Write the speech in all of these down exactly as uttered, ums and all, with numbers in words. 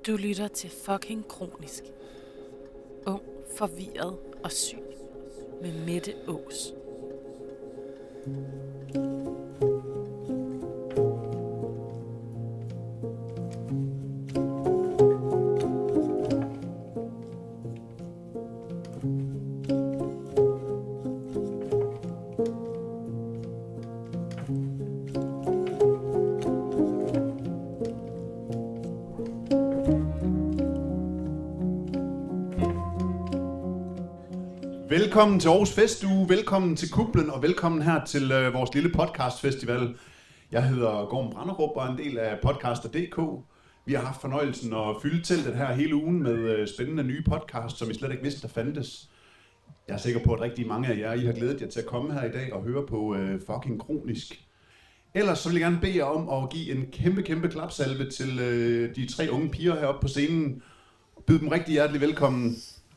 Du lytter til fucking kronisk. Ung, forvirret og syg. Med Mette Aas. Velkommen til Aarhus Festuge, velkommen til Kuplen og velkommen her til øh, vores lille podcastfestival. Jeg hedder Gorm Branderup og er en del af podcaster punktum d k. Vi har haft fornøjelsen at fylde teltet her hele ugen med øh, spændende nye podcasts, som I slet ikke vidste, der fandtes. Jeg er sikker på, at rigtig mange af jer I har glædet jer til at komme her i dag og høre på øh, fucking kronisk. Ellers så vil jeg gerne bede jer om at give en kæmpe, kæmpe klapsalve til øh, de tre unge piger heroppe på scenen. Byd dem rigtig hjertelig velkommen.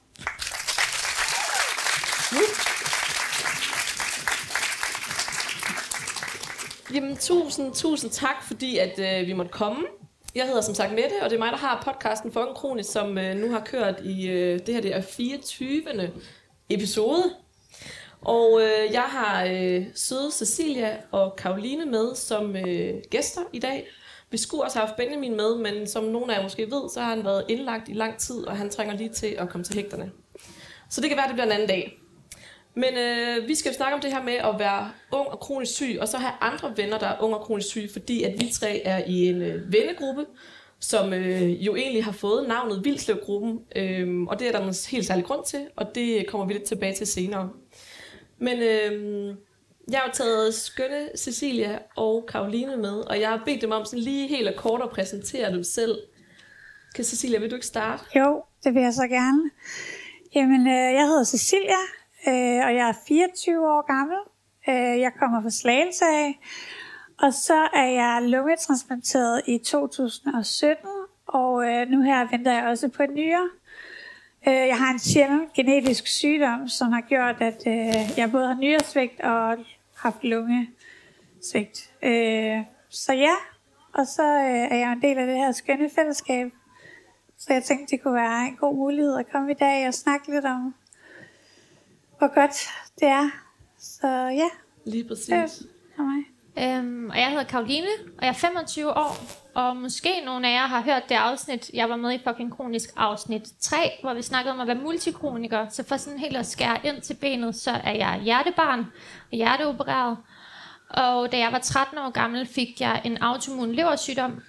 Jamen, tusind, tusind tak, fordi at øh, vi måtte komme. Jeg hedder som sagt Mette, og det er mig, der har podcasten Fucking Kronisk, som øh, nu har kørt i, øh, det her det er fireogtyvende episode. Og øh, jeg har øh, søde Cecilia og Karoline med som øh, gæster i dag. Vi skulle også have haft Benjamin med, men som nogen af jer måske ved, så har han været indlagt i lang tid, og han trænger lige til at komme til hægterne. Så det kan være, det bliver en anden dag. Men øh, vi skal snakke om det her med at være ung og kronisk syg, og så have andre venner, der er ung og kronisk syg, fordi at vi tre er i en øh, vennegruppe, som øh, jo egentlig har fået navnet Vildslev-gruppen, øh, og det er der en helt særlig grund til, og det kommer vi lidt tilbage til senere. Men øh, jeg har jo taget skønne Cecilia og Karoline med, og jeg har bedt dem om sådan lige helt at kort at præsentere dem selv. Kan Cecilia, vil du ikke starte? Jo, det vil jeg så gerne. Jamen, øh, jeg hedder Cecilia. Øh, og jeg er fireogtyve år gammel. Øh, jeg kommer fra Slagelse af. Og så er jeg lungetransplanteret i to tusind og sytten. Og øh, nu her venter jeg også på en nyre. Øh, jeg har en sjælden genetisk sygdom, som har gjort, at øh, jeg både har nyresvigt og haft lungesvigt. Øh, så ja, og så øh, er jeg en del af det her skønne fællesskab. Så jeg tænkte, det kunne være en god mulighed at komme i dag og snakke lidt om, hvor godt det er. Så ja. Lige præcis. Det er mig. Øhm, og jeg hedder Karoline, og jeg er femogtyve år. Og måske nogle af jer har hørt det afsnit, jeg var med i fucking kronisk afsnit tre, hvor vi snakkede om at være multikroniker. Så for sådan helt at skære ind til benet, så er jeg hjertebarn og hjerteopereret. Og da jeg var tretten år gammel, fik jeg en autoimmun leversygdom.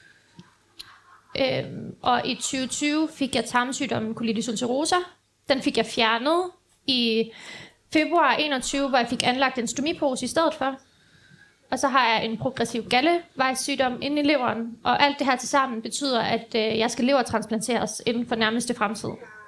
Øhm, og i tyve tyve fik jeg tarmsygdommen colitis ulcerosa. Den fik jeg fjernet i februar enogtyve, hvor jeg fik anlagt en stomipose i stedet for. Og så har jeg en progressiv gallevejssygdom inde i leveren. Og alt det her tilsammen betyder, at øh, jeg skal levertransplanteres inden for nærmeste fremtid.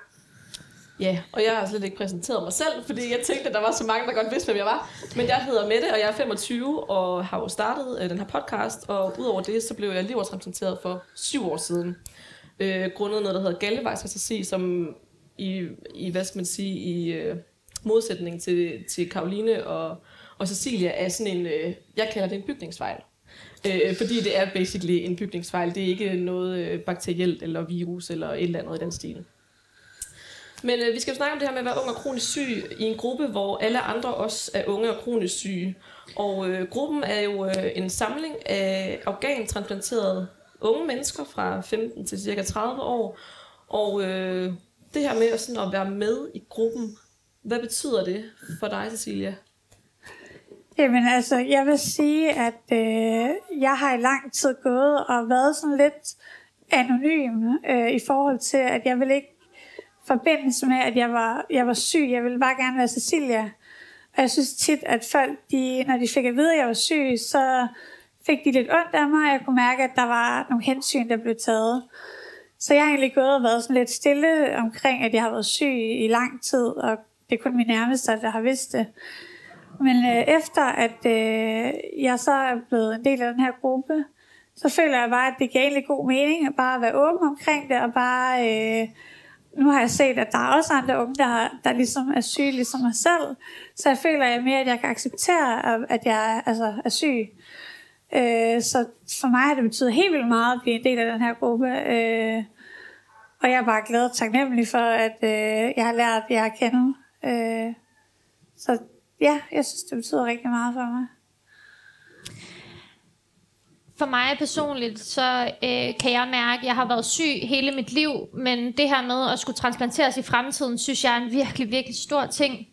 Ja, yeah, og jeg har slet ikke præsenteret mig selv, fordi jeg tænkte, at der var så mange, der godt vidste, hvem jeg var. Men jeg hedder Mette, og jeg er femogtyve og har jo startet øh, den her podcast. Og udover det, så blev jeg levertransplanteret for syv år siden. Øh, grundet noget, der hedder gallevejsrestasi, som i, i hvad skal man sige, i øh, modsætning til, til Karoline og, og Cecilia er sådan en, øh, jeg kalder det en bygningsfejl. Øh, fordi det er basically en bygningsfejl. Det er ikke noget øh, bakterielt eller virus eller et eller andet i den stil. Men øh, vi skal jo snakke om det her med at være ung og kronisk syg i en gruppe, hvor alle andre også er unge og kronisk syge. Og øh, gruppen er jo øh, en samling af organtransplanterede unge mennesker fra femten til cirka tredive år. Og øh, det her med sådan at være med i gruppen, hvad betyder det for dig, Cecilia? Jamen altså, jeg vil sige, at øh, jeg har i lang tid gået og været sådan lidt anonym øh, i forhold til, at jeg vil ikke forbindes med, at jeg var, jeg var syg. Jeg ville bare gerne være Cecilia. Og jeg synes tit, at folk, de, når de fik at vide, at jeg var syg, så fik de lidt ondt af mig. Jeg kunne mærke, at der var nogle hensyn, der blev taget. Så jeg har egentlig gået og været sådan lidt stille omkring, at jeg har været syg i lang tid, og det er kun min nærmeste, der har vidst det. Men øh, efter at øh, jeg så er blevet en del af den her gruppe, så føler jeg bare, at det giver egentlig god mening at bare være åben omkring det, og bare, øh, nu har jeg set, at der er også andre unge, der, har, der ligesom er syge ligesom mig selv, så jeg føler jeg mere, at jeg kan acceptere, at jeg altså, er syg. Øh, så for mig har det betydet helt vildt meget at blive en del af den her gruppe. Øh, Og jeg er bare glad og taknemmelig for, at øh, jeg har lært jer at kende. Øh, så ja, jeg synes, det betyder rigtig meget for mig. For mig personligt, så øh, kan jeg mærke, at jeg har været syg hele mit liv, men det her med at skulle transplanteres i fremtiden, synes jeg er en virkelig, virkelig stor ting.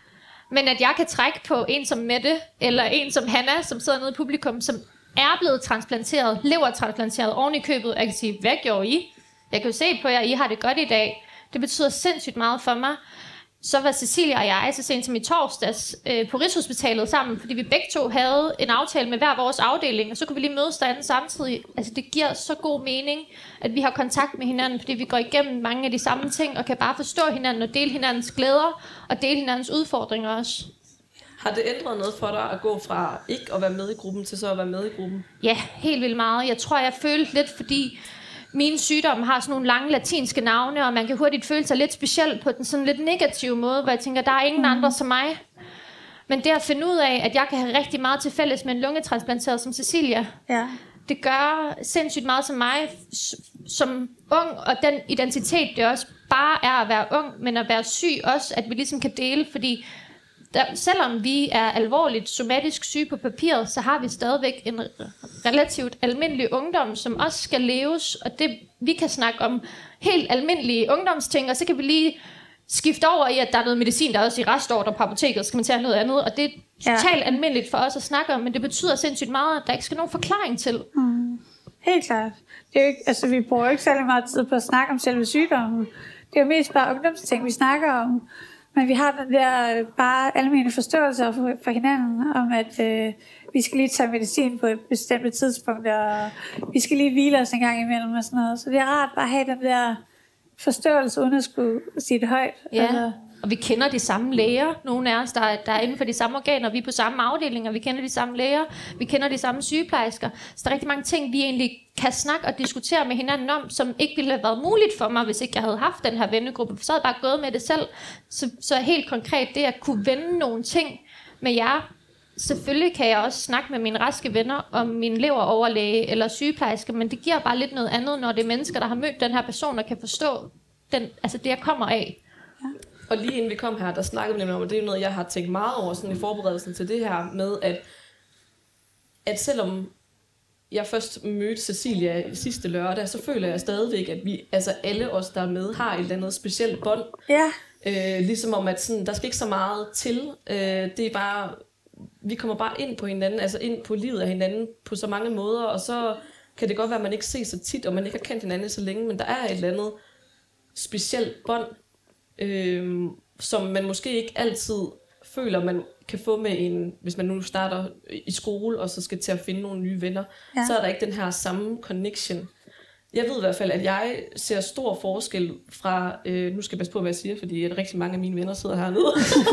Men at jeg kan trække på en som Mette, eller en som Hanna, som sidder nede i publikum, som er blevet transplanteret, levertransplanteret oven i købet, jeg kan sige, hvad gjorde I? Jeg kan jo se på jer, I har det godt i dag. Det betyder sindssygt meget for mig. Så var Cecilia og jeg så sent som i torsdags øh, på Rigshospitalet sammen, fordi vi begge to havde en aftale med hver vores afdeling, og så kunne vi lige mødes derinde samtidig. Altså det giver så god mening, at vi har kontakt med hinanden, fordi vi går igennem mange af de samme ting, og kan bare forstå hinanden og dele hinandens glæder, og dele hinandens udfordringer også. Har det ændret noget for dig at gå fra ikke at være med i gruppen, til så at være med i gruppen? Ja, helt vildt meget. Jeg tror, jeg følte lidt, fordi mine sygdomme har sådan nogle lange latinske navne, og man kan hurtigt føle sig lidt speciel på den sådan lidt negative måde, hvor jeg tænker, der er ingen mm. andre som mig. Men det at finde ud af, at jeg kan have rigtig meget til fælles med en lungetransplanteret som Cecilia, ja. Det gør sindssygt meget som mig, som ung, og den identitet, det også bare er at være ung, men at være syg også, at vi ligesom kan dele, fordi der, selvom vi er alvorligt somatisk syge på papiret, så har vi stadigvæk en relativt almindelig ungdom, som også skal leves, og det, vi kan snakke om helt almindelige ungdomsting, og så kan vi lige skifte over i, at der er noget medicin, der er også i restordre på apoteket, så skal man tage noget andet, og det er totalt ja. almindeligt for os at snakke om, men det betyder sindssygt meget, at der ikke skal nogen forklaring til. Mm. Helt klart. Det er jo ikke, altså, vi bruger jo ikke særlig meget tid på at snakke om selve sygdommen. Det er jo mest bare ungdomsting, vi snakker om. Men vi har den der bare almene forståelse for, for hinanden, om at øh, vi skal lige tage medicin på et bestemt tidspunkt, og vi skal lige hvile os en gang imellem og sådan noget. Så det er rart bare at have den der forståelse, uden at skulle sige det højt. Ja, altså. Og vi kender de samme læger. Nogle af os, der er, der er inden for de samme organer. Vi er på samme afdelinger. Vi kender de samme læger. Vi kender de samme sygeplejersker. Så der er rigtig mange ting, vi egentlig kan snakke og diskutere med hinanden om, som ikke ville have været muligt for mig, hvis ikke jeg havde haft den her vennegruppe. Så havde jeg bare gået med det selv. Så, så helt konkret det at kunne vende nogle ting med jer. Selvfølgelig kan jeg også snakke med mine raske venner om min leveroverlæge eller sygeplejerske, men det giver bare lidt noget andet, når det er mennesker, der har mødt den her person og kan forstå den, altså det, jeg kommer af. Ja. Og lige inden vi kom her, der snakkede vi nemlig om, og det er noget, jeg har tænkt meget over sådan i forberedelsen til det her, med at, at selvom jeg først mødte Cecilia sidste lørdag, så føler jeg stadigvæk, at vi, altså alle os, der er med, har et eller andet specielt bånd. Ja. Øh, ligesom om, at sådan, der skal ikke så meget til. Øh, det er bare, vi kommer bare ind på hinanden, altså ind på livet af hinanden på så mange måder, og så kan det godt være, at man ikke ser så tit, og man ikke har kendt hinanden så længe, men der er et eller andet specielt bånd, øh, som man måske ikke altid føler, man kan få med en, hvis man nu starter i skole, og så skal til at finde nogle nye venner, ja. Så er der ikke den her samme connection. Jeg ved i hvert fald, at jeg ser stor forskel fra, øh, nu skal jeg passe på, hvad jeg siger, fordi at rigtig mange af mine venner sidder hernede,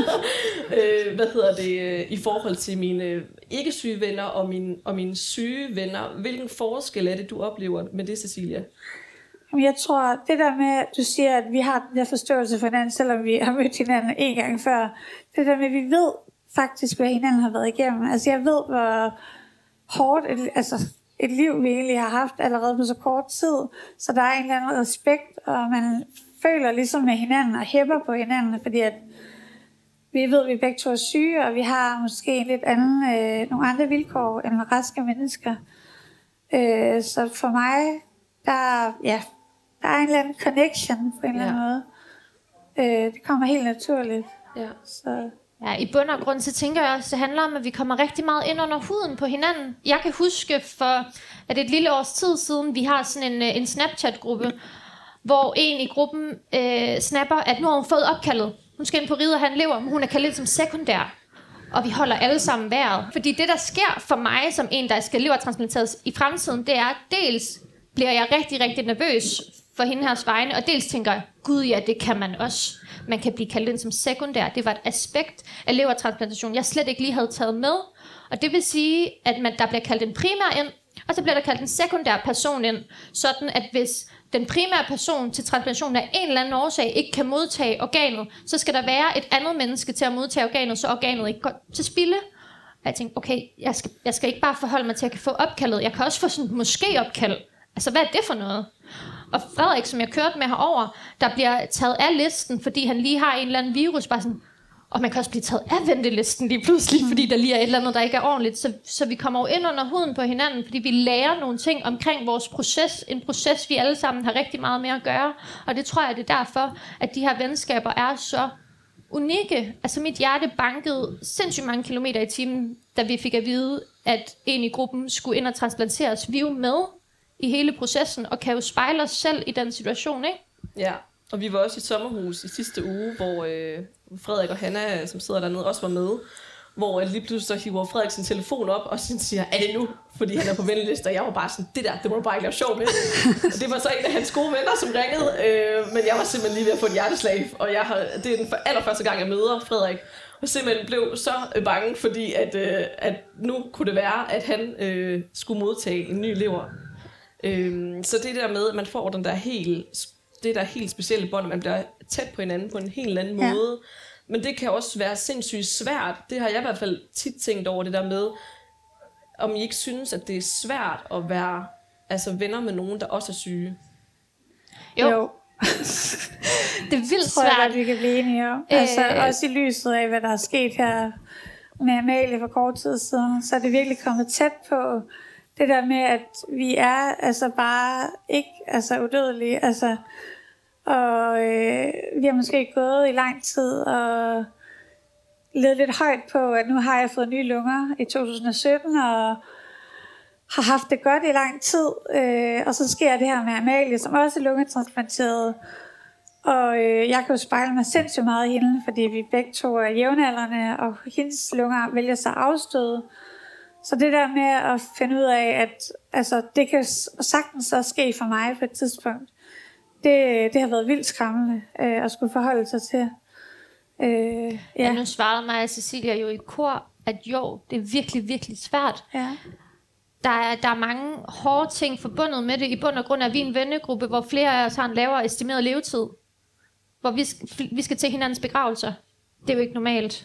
øh, hvad hedder det, øh, i forhold til mine ikke-syge venner og mine, og mine syge venner. Hvilken forskel er det, du oplever med det, Cecilia? Jeg tror, det der med, at du siger, at vi har den der forståelse for hinanden, selvom vi har mødt hinanden en gang før, det der med, at vi ved faktisk, hvad hinanden har været igennem. Altså jeg ved, hvor hårdt et, altså, et liv vi egentlig har haft allerede på så kort tid, så der er en eller anden respekt, og man føler ligesom med hinanden og hæpper på hinanden, fordi at vi ved, at vi begge to er syge, og vi har måske en lidt anden, øh, nogle andre vilkår end raske mennesker. Øh, så for mig, der, ja, der er en eller anden connection på en eller anden ja. måde. Øh, det kommer helt naturligt. Ja. Så. Ja, i bund og grund, så tænker jeg også, det handler om, at vi kommer rigtig meget ind under huden på hinanden. Jeg kan huske for, at et lille års tid siden, vi har sådan en, en Snapchat-gruppe, hvor en i gruppen øh, snapper, at nu har hun fået opkaldet. Hun skal ind på riget og have en lever, men hun er kaldt ind som sekundær. Og vi holder alle sammen vejret. Fordi det, der sker for mig, som en, der skal levertransplanteres i fremtiden, det er, dels bliver jeg rigtig, rigtig nervøs for hende her vegne, og dels tænker jeg, gud ja, det kan man også. Man kan blive kaldt ind som sekundær. Det var et aspekt af levertransplantation, jeg slet ikke lige havde taget med. Og det vil sige, at man, der bliver kaldt en primær ind, og så bliver der kaldt en sekundær person ind, sådan at hvis den primære person til transplantationen af en eller anden årsag ikke kan modtage organet, så skal der være et andet menneske til at modtage organet, så organet ikke går til spilde. Og jeg tænkte, okay, jeg skal, jeg skal ikke bare forholde mig til, at jeg kan få opkaldet. Jeg kan også få sådan måske opkald. Altså, hvad er det for noget? Og Frederik, som jeg kørte med herover, der bliver taget af listen, fordi han lige har en eller anden virus, bare sådan, og man kan også blive taget af ventelisten lige pludselig, fordi der lige er et eller andet, der ikke er ordentligt. Så, så vi kommer jo ind under huden på hinanden, fordi vi lærer nogle ting omkring vores proces. En proces, vi alle sammen har rigtig meget med at gøre. Og det tror jeg, det er derfor, at de her venskaber er så unikke. Altså mit hjerte bankede sindssygt mange kilometer i timen, da vi fik at vide, at en i gruppen skulle ind og transplanteres. Vi er jo med i hele processen, og kan jo spejle os selv i den situation, ikke? Ja, og vi var også i sommerhus i sidste uge, hvor øh, Frederik og Hanna, som sidder dernede, også var med. Hvor øh, lige pludselig så hiver Frederik sin telefon op, og så siger, er det nu? Fordi han er på venteliste, og jeg var bare sådan, det der, det må du bare ikke lave sjov med. Og det var så en af hans gode venner, som ringede, øh, men jeg var simpelthen lige ved at få et hjerteslag, og jeg har, det er den allerførste gang, jeg møder Frederik. Og simpelthen blev så øh, bange, fordi at, øh, at nu kunne det være, at han øh, skulle modtage en ny lever. Øh, så det der med, at man får den der helt, det der helt specielle bånd, man bliver tæt på hinanden på en helt anden ja. måde. Men det kan også være sindssygt svært. Det har jeg i hvert fald tit tænkt over, det der med, om I ikke synes, at det er svært at være altså, venner med nogen, der også er syge. Jo. jo. Det er vildt tror jeg svært. godt, vi kan blive enige om. Øh, altså, også i lyset af, hvad der er sket her med Amalie for kort tid siden, så er det virkelig kommet tæt på det der med, at vi er altså bare ikke altså, udødelige. Altså, og øh, vi har måske gået i lang tid og levet lidt højt på, at nu har jeg fået nye lunger i to tusind og sytten, og har haft det godt i lang tid. Øh, og så sker det her med Amalie, som også er lungetransplanteret. Og øh, jeg kan jo spejle mig sindssygt meget i hende, fordi vi begge to er jævnaldrende, og hendes lunger vælger sig afstøde. Så det der med at finde ud af, at altså, det kan sagtens også ske for mig på et tidspunkt, det, det har været vildt skræmmende øh, at skulle forholde sig til. Øh, ja. Ja, nu svarede mig og Cecilia jo i kor, at jo, det er virkelig, virkelig svært. Ja. Der er, der er mange hårde ting forbundet med det, i bund og grund af vi er en vennegruppe, hvor flere af os har en lavere estimeret levetid. Hvor vi skal, vi skal til hinandens begravelser. Det er jo ikke normalt.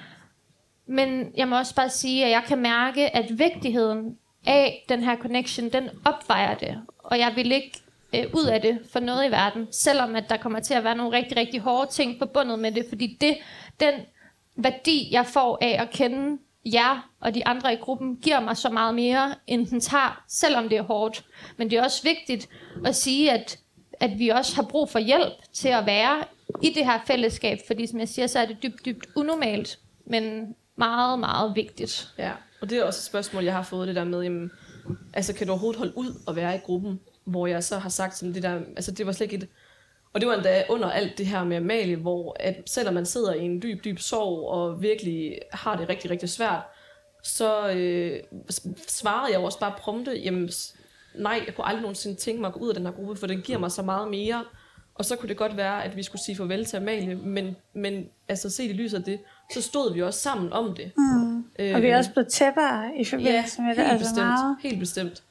Men jeg må også bare sige, at jeg kan mærke, at vigtigheden af den her connection, den opvejer det. Og jeg vil ikke øh, ud af det for noget i verden, selvom at der kommer til at være nogle rigtig, rigtig hårde ting forbundet med det. Fordi det, den værdi, jeg får af at kende jer og de andre i gruppen, giver mig så meget mere, end den tager, selvom det er hårdt. Men det er også vigtigt at sige, at, at vi også har brug for hjælp til at være i det her fællesskab. Fordi som jeg siger, så er det dybt, dybt unormalt, men meget, meget vigtigt. Ja, og det er også et spørgsmål, jeg har fået det der med, jamen, altså kan du overhovedet holde ud og være i gruppen, hvor jeg så har sagt sådan det der, altså det var slet ikke et, og det var endda under alt det her med Amalie, hvor at selvom man sidder i en dyb, dyb sorg, og virkelig har det rigtig, rigtig svært, så øh, svarede jeg også bare prompte, jamen nej, jeg kunne aldrig nogensinde tænke mig at gå ud af den her gruppe, for den giver mig så meget mere. Og så kunne det godt være, at vi skulle sige farvel til Amalie, men, men altså set i lyset af det, så stod vi også sammen om det. Mm. Øh, og vi er også blevet tættere i forbindelse ja, med det. helt Altså bestemt, meget. helt bestemt.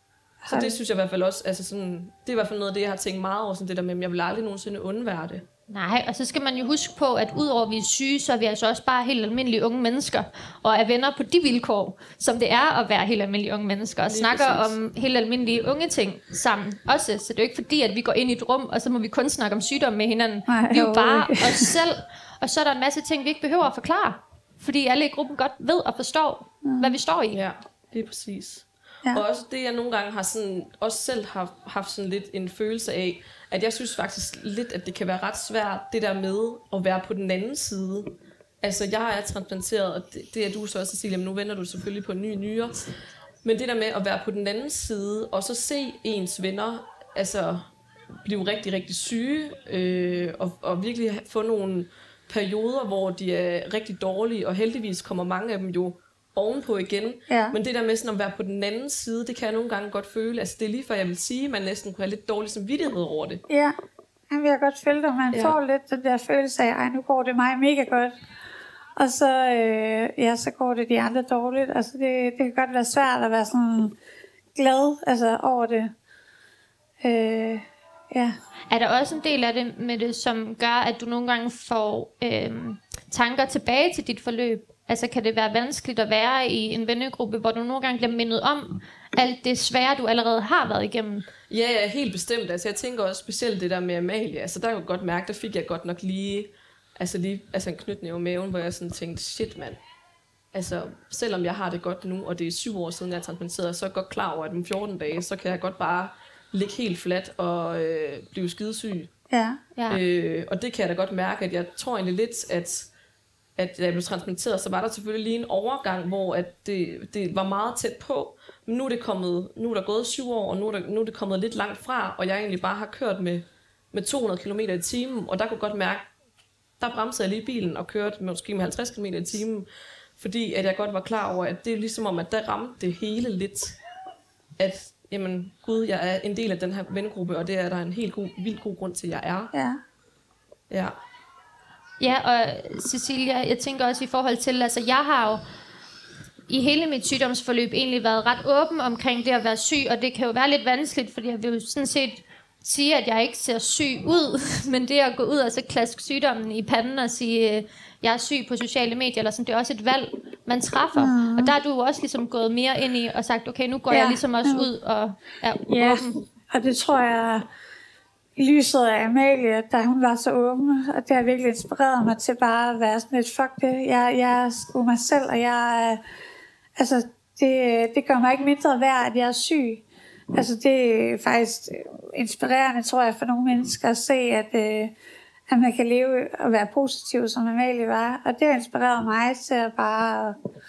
Så det synes jeg i hvert fald også, altså sådan, det er i hvert fald noget af det, jeg har tænkt meget over, sådan det der med, at jeg vil aldrig nogensinde undvære det. Nej, og så skal man jo huske på, at udover at vi er syge, så er vi altså også bare helt almindelige unge mennesker, og er venner på de vilkår, som det er at være helt almindelige unge mennesker, og Lige snakker præcis. om helt almindelige unge ting sammen også. Så det er jo ikke fordi, at vi går ind i et rum, og så må vi kun snakke om sygdomme med hinanden. Nej, vi er jo bare overhovedet os selv, og så er der en masse ting, vi ikke behøver at forklare, fordi alle i gruppen godt ved og forstår, mm. hvad vi står i. Ja, det er præcis. Ja. Og også det, jeg nogle gange har sådan, også selv har haft sådan lidt en følelse af, at jeg synes faktisk lidt, at det kan være ret svært, det der med at være på den anden side. Altså, jeg er transplanteret, og det, det er du så også, Cecilia, men nu vender du selvfølgelig på en ny nyre. Men det der med at være på den anden side, og så se ens venner altså, blive rigtig, rigtig syge, øh, og, og virkelig få nogle perioder, hvor de er rigtig dårlige, og heldigvis kommer mange af dem jo ovenpå igen. Ja. Men det der med sådan at være på den anden side, det kan jeg nogle gange godt føle. Altså det er lige før jeg vil sige, at man næsten kunne have lidt dårlig samvittighed over det. Ja, jeg vil godt føle det, man Ja. får lidt den der følelse af, ej, nu går det mig mega godt. Og så, øh, ja, så går det de andre dårligt. Altså det, det kan godt være svært at være sådan glad altså, over det. Øh, ja. Er der også en del af det med det, som gør, at du nogle gange får øh, tanker tilbage til dit forløb? Altså kan det være vanskeligt at være i en vennegruppe, hvor du nogle gange bliver mindet om, alt det svære, du allerede har været igennem. Ja, ja, helt bestemt. Altså, jeg tænker også specielt det der med Amalie. Altså, der kunne jeg godt mærke, der fik jeg godt nok lige, altså, lige altså en knytnæve i maven, hvor jeg sådan tænkte, shit mand. Altså, selvom jeg har det godt nu, og det er syv år siden, jeg er transplanteret, så er jeg godt klar over, at om fjorten dage, så kan jeg godt bare ligge helt fladt og øh, blive skidesyg. Ja. Ja. Øh, og det kan jeg da godt mærke, at jeg tror egentlig lidt, at, at da jeg blev transplanteret, så var der selvfølgelig lige en overgang, hvor at det, det var meget tæt på. Men nu er det kommet, nu er der gået syv år, og nu er, der, nu er det kommet lidt langt fra, og jeg egentlig bare har kørt med, med to hundrede kilometer i timen, og der kunne godt mærke, der bremsede jeg lige bilen og kørte måske med halvtreds kilometer i timen, fordi at jeg godt var klar over, at det er ligesom om, at der ramte det hele lidt, at jamen, gud, jeg er en del af den her vennegruppe, og det er der en helt god, vildt god grund til, at jeg er. Ja. Ja. Ja, og Cecilia, jeg tænker også i forhold til, altså jeg har jo i hele mit sygdomsforløb egentlig været ret åben omkring det at være syg, og det kan jo være lidt vanskeligt, fordi jeg vil jo sådan set sige, at jeg ikke ser syg ud, men det at gå ud og så klaske sygdommen i panden og sige, jeg er syg på sociale medier, eller sådan, det er også et valg, man træffer. Mm. Og der er du også ligesom gået mere ind i og sagt, okay, nu går ja. jeg ligesom også ud og er ja. åben. Og det tror jeg, i lyset af Amalie, da hun var så åben, og det har virkelig inspireret mig til bare at være sådan lidt, fuck det, jeg, jeg er sgu mig selv, og jeg, altså, det, det gør mig ikke mindre værd, at jeg er syg. Altså, det er faktisk inspirerende, tror jeg, for nogle mennesker at se, at, øh, at man kan leve og være positiv, som Amalie var. Og det har inspireret mig til at bare,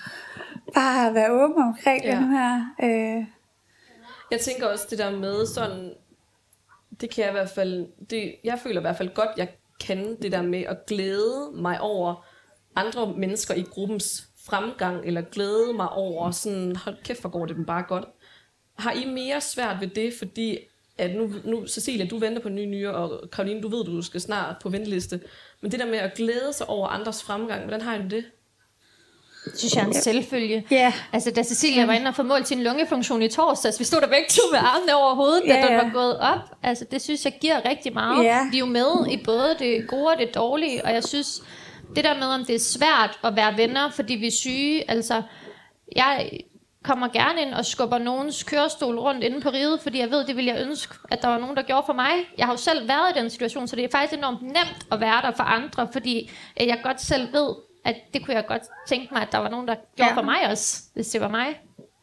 bare være åben omkring ja. den her. Øh. Jeg tænker også det der med sådan, det kan jeg i hvert fald, det, jeg føler i hvert fald godt, jeg kan det der med at glæde mig over andre mennesker i gruppens fremgang, eller glæde mig over sådan, hold kæft, hvor går det dem bare godt. Har I mere svært ved det, fordi at nu, nu Cecilia, du venter på en ny nyre, og Karoline, du ved, du skal snart på venteliste, men det der med at glæde sig over andres fremgang, hvordan har I det? Det synes jeg er en selvfølge. Yeah. Altså, da Cecilia var inde og få målt sin lungefunktion i torsdags, vi stod der begge to med armene over hovedet, da yeah, den var gået op. Altså, det synes jeg giver rigtig meget. Yeah. Vi er jo med i både det gode og det dårlige, og jeg synes, det der med, om det er svært at være venner, fordi vi er syge, altså, jeg kommer gerne ind og skubber nogens kørestol rundt inde på riget, fordi jeg ved, det ville jeg ønske, at der var nogen, der gjorde for mig. Jeg har jo selv været i den situation, så det er faktisk enormt nemt at være der for andre, fordi jeg godt selv ved, at det kunne jeg godt tænke mig, at der var nogen, der gjorde ja. for mig også, hvis det var mig.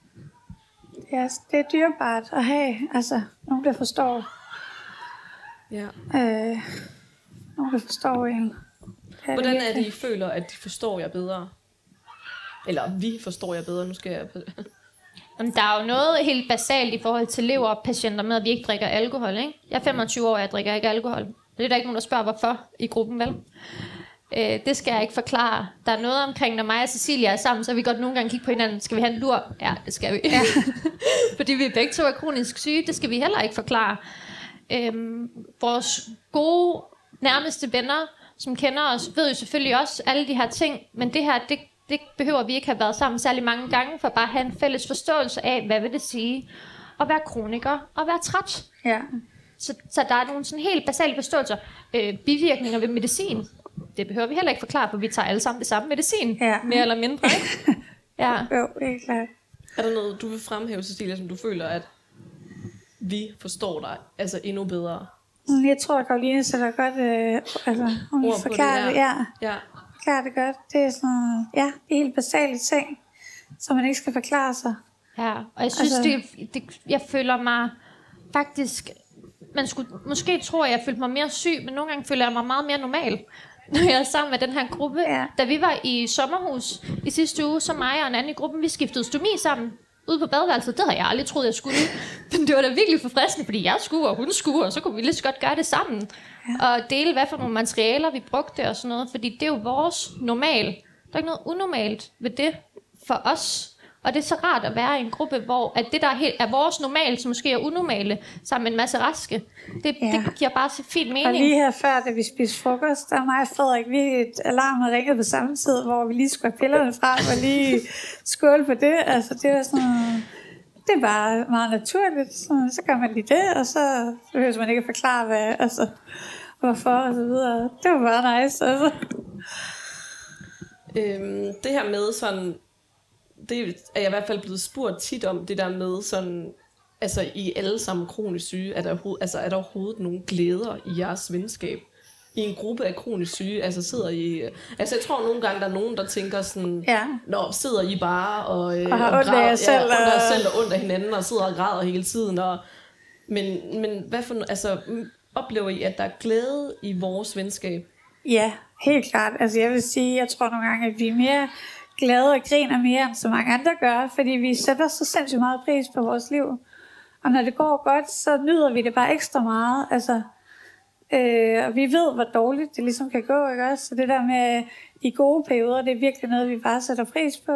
Ja, det er dyrebart at have, altså, nogen, der forstår. Ja. Øh, nogen, der forstår en. Er Hvordan det er det, I føler, at de forstår jer bedre? Eller vi forstår jer bedre, nu skal jeg... Jamen, der er jo noget helt basalt i forhold til leverpatienter med, at vi ikke drikker alkohol, ikke? Jeg er femogtyve år, og jeg drikker ikke alkohol. Det er der ikke nogen, der spørger, hvorfor i gruppen, vel? Øh, det skal jeg ikke forklare. Der er noget omkring, når mig og Cecilia er sammen, så har vi godt nogle gange kigge på hinanden. Skal vi have en lur? Ja, det skal vi. Ja. Fordi vi begge to er kronisk syge, det skal vi heller ikke forklare. Øhm, vores gode, nærmeste venner, som kender os, ved jo selvfølgelig også alle de her ting, men det her, det, det behøver vi ikke have været sammen særlig mange gange, for bare at have en fælles forståelse af, hvad vil det sige at være kroniker og være træt. Ja. Så, så der er nogle sådan helt basale forståelser. Øh, bivirkninger ved medicin. Det behøver vi heller ikke forklare, for vi tager alle sammen det samme medicin. Ja. Mere eller mindre, ikke? Ja. Jo, det er klart. Er der noget, du vil fremhæve, Cecilia, som du føler, at vi forstår dig altså endnu bedre? Jeg tror, at Karoline sætter godt, øh, altså, hun ord forklarer det, ja. ja. Forklarer det godt. Det er sådan, ja, det er helt basale ting, som man ikke skal forklare sig. Ja, og jeg synes, altså, det, det, jeg føler mig faktisk, man skulle måske tro, at jeg følte mig mere syg, men nogle gange føler jeg mig meget mere normal, når jeg er sammen med den her gruppe. Ja. Da vi var i sommerhus i sidste uge, så mig og en anden i gruppen, vi skiftede stomi sammen ude på badeværelset. Det havde jeg aldrig troet, jeg skulle. Men det var da virkelig forfriskende, fordi jeg skulle, og hun skulle, og så kunne vi lige så godt gøre det sammen. Ja. Og dele, hvad for nogle materialer vi brugte og sådan noget, fordi det er jo vores normal. Der er ikke noget unormalt ved det for os. Og det er så rart at være i en gruppe, hvor at det, der er, helt, er vores normale, som måske er unormale, sammen med en masse raske, det, ja. det giver bare så fint mening. Og lige her før, da vi spiste frokost, der mig og Frederik, vi et alarm ringede på samme tid, hvor vi lige skulle have pillerne frem og lige skåle på det. Altså, det var sådan, det er bare meget naturligt. Så, så gør man lige det, og så behøver man ikke at forklare, hvad, altså, hvorfor og så videre. Det var bare nice. Altså. Øhm, det her med sådan, det er jeg i hvert fald blevet spurgt tit om, det der med sådan, altså I alle sammen kronisk syge, er der, altså, er der overhovedet nogen glæder i jeres venskab? I en gruppe af kronisk syge, altså sidder I... Altså jeg tror nogle gange, der er nogen, der tænker sådan, ja. Nå, sidder I bare og, øh, og har og ondt af jer selv, ja, og... selv og ondt af hinanden, og sidder og græder hele tiden, og... Men, men hvad for... Altså, oplever I, at der er glæde i vores venskab? Ja, helt klart. Altså jeg vil sige, jeg tror nogle gange, at vi er mere glade og griner mere, end så mange andre gør, fordi vi sætter så sindssygt meget pris på vores liv. Og når det går godt, så nyder vi det bare ekstra meget. Altså, øh, og vi ved, hvor dårligt det ligesom kan gå, ikke også? Så det der med i gode perioder, det er virkelig noget, vi bare sætter pris på.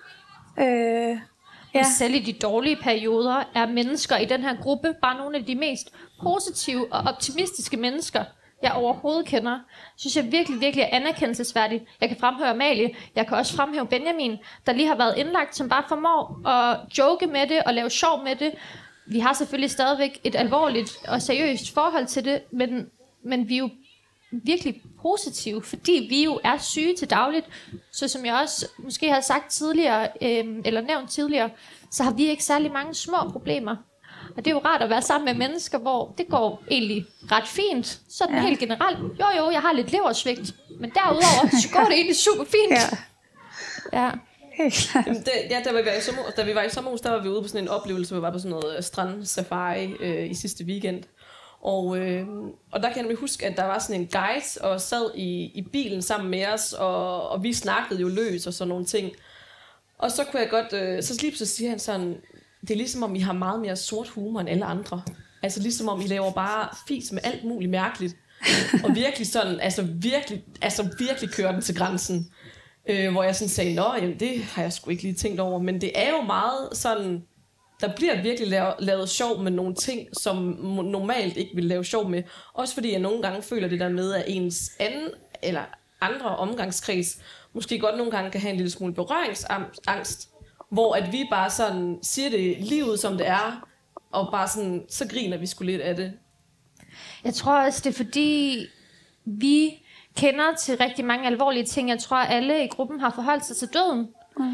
Øh, ja. Selv i de dårlige perioder er mennesker i den her gruppe bare nogle af de mest positive og optimistiske mennesker, jeg overhovedet kender. Synes jeg virkelig, virkelig er anerkendelsesværdigt. Jeg kan fremhæve Amalie, jeg kan også fremhæve Benjamin, der lige har været indlagt, som bare formår at joke med det og lave sjov med det. Vi har selvfølgelig stadigvæk et alvorligt og seriøst forhold til det, men, men vi er jo virkelig positive, fordi vi jo er syge til dagligt. Så som jeg også måske har sagt tidligere, øh, eller nævnt tidligere, så har vi ikke særlig mange små problemer. Og det er jo rart at være sammen med mennesker, hvor det går egentlig ret fint. Sådan ja. Helt generelt. Jo jo, jeg har lidt leversvigt, men derudover så går det egentlig super fint. Ja. Ja. Jamen, det, ja, da vi var i sommerhus, da vi var i sommerhus, der var vi ude på sådan en oplevelse, hvor vi var på sådan noget strandsafari øh, i sidste weekend. Og, øh, og der kan jeg huske, at der var sådan en guide, og sad i, i bilen sammen med os, og, og vi snakkede jo løs og sådan nogle ting. Og så kunne jeg godt, øh, så lige så siger han sådan, det er ligesom om I har meget mere sort humor end alle andre. Altså ligesom om I laver bare fis med alt muligt mærkeligt. Og virkelig sådan, altså virkelig, altså virkelig kører den til grænsen. Øh, hvor jeg sådan sagde, nå, jamen, det har jeg sgu ikke lige tænkt over. Men det er jo meget sådan, der bliver virkelig lavet, lavet sjov med nogle ting, som normalt ikke vil lave sjov med. Også fordi jeg nogle gange føler det der med, at ens anden eller andre omgangskreds måske godt nogle gange kan have en lille smule berøringsangst. Hvor at vi bare sådan siger det lige ud som det er, og bare sådan, så griner vi sgu lidt af det. Jeg tror også, det er fordi, vi kender til rigtig mange alvorlige ting. Jeg tror, alle i gruppen har forholdt sig til døden. Mm.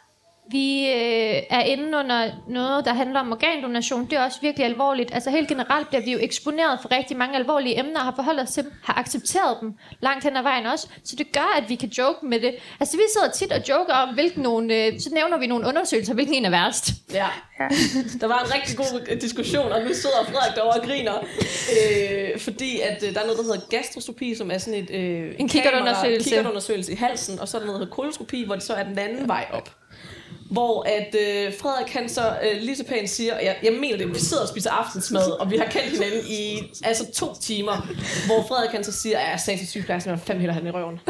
Vi øh, er inde under noget, der handler om organdonation. Det er også virkelig alvorligt. Altså helt generelt bliver vi jo eksponeret for rigtig mange alvorlige emner, og har forholdt os til dem, har accepteret dem langt hen ad vejen også. Så det gør, at vi kan joke med det. Altså vi sidder tit og joker om, hvilken nogle, øh, så nævner vi nogle undersøgelser, hvilken en er værst. Ja, der var en rigtig god diskussion, og nu sidder Frederik derovre og griner. Øh, fordi at øh, der er noget, der hedder gastroskopi, som er sådan et øh, en kikkertundersøgelse. kikkertundersøgelse i halsen, og så er der noget, der hedder koloskopi, hvor det så er den anden vej op. Hvor at øh, Frederik han så øh, lige så pænt siger, og jeg, jeg mener det, vi sidder og spiser aftensmad, og vi har kendt hinanden i altså to timer, hvor Frederik han så siger, at jeg sagde til sygeplejersken, at fem hælder han i røven.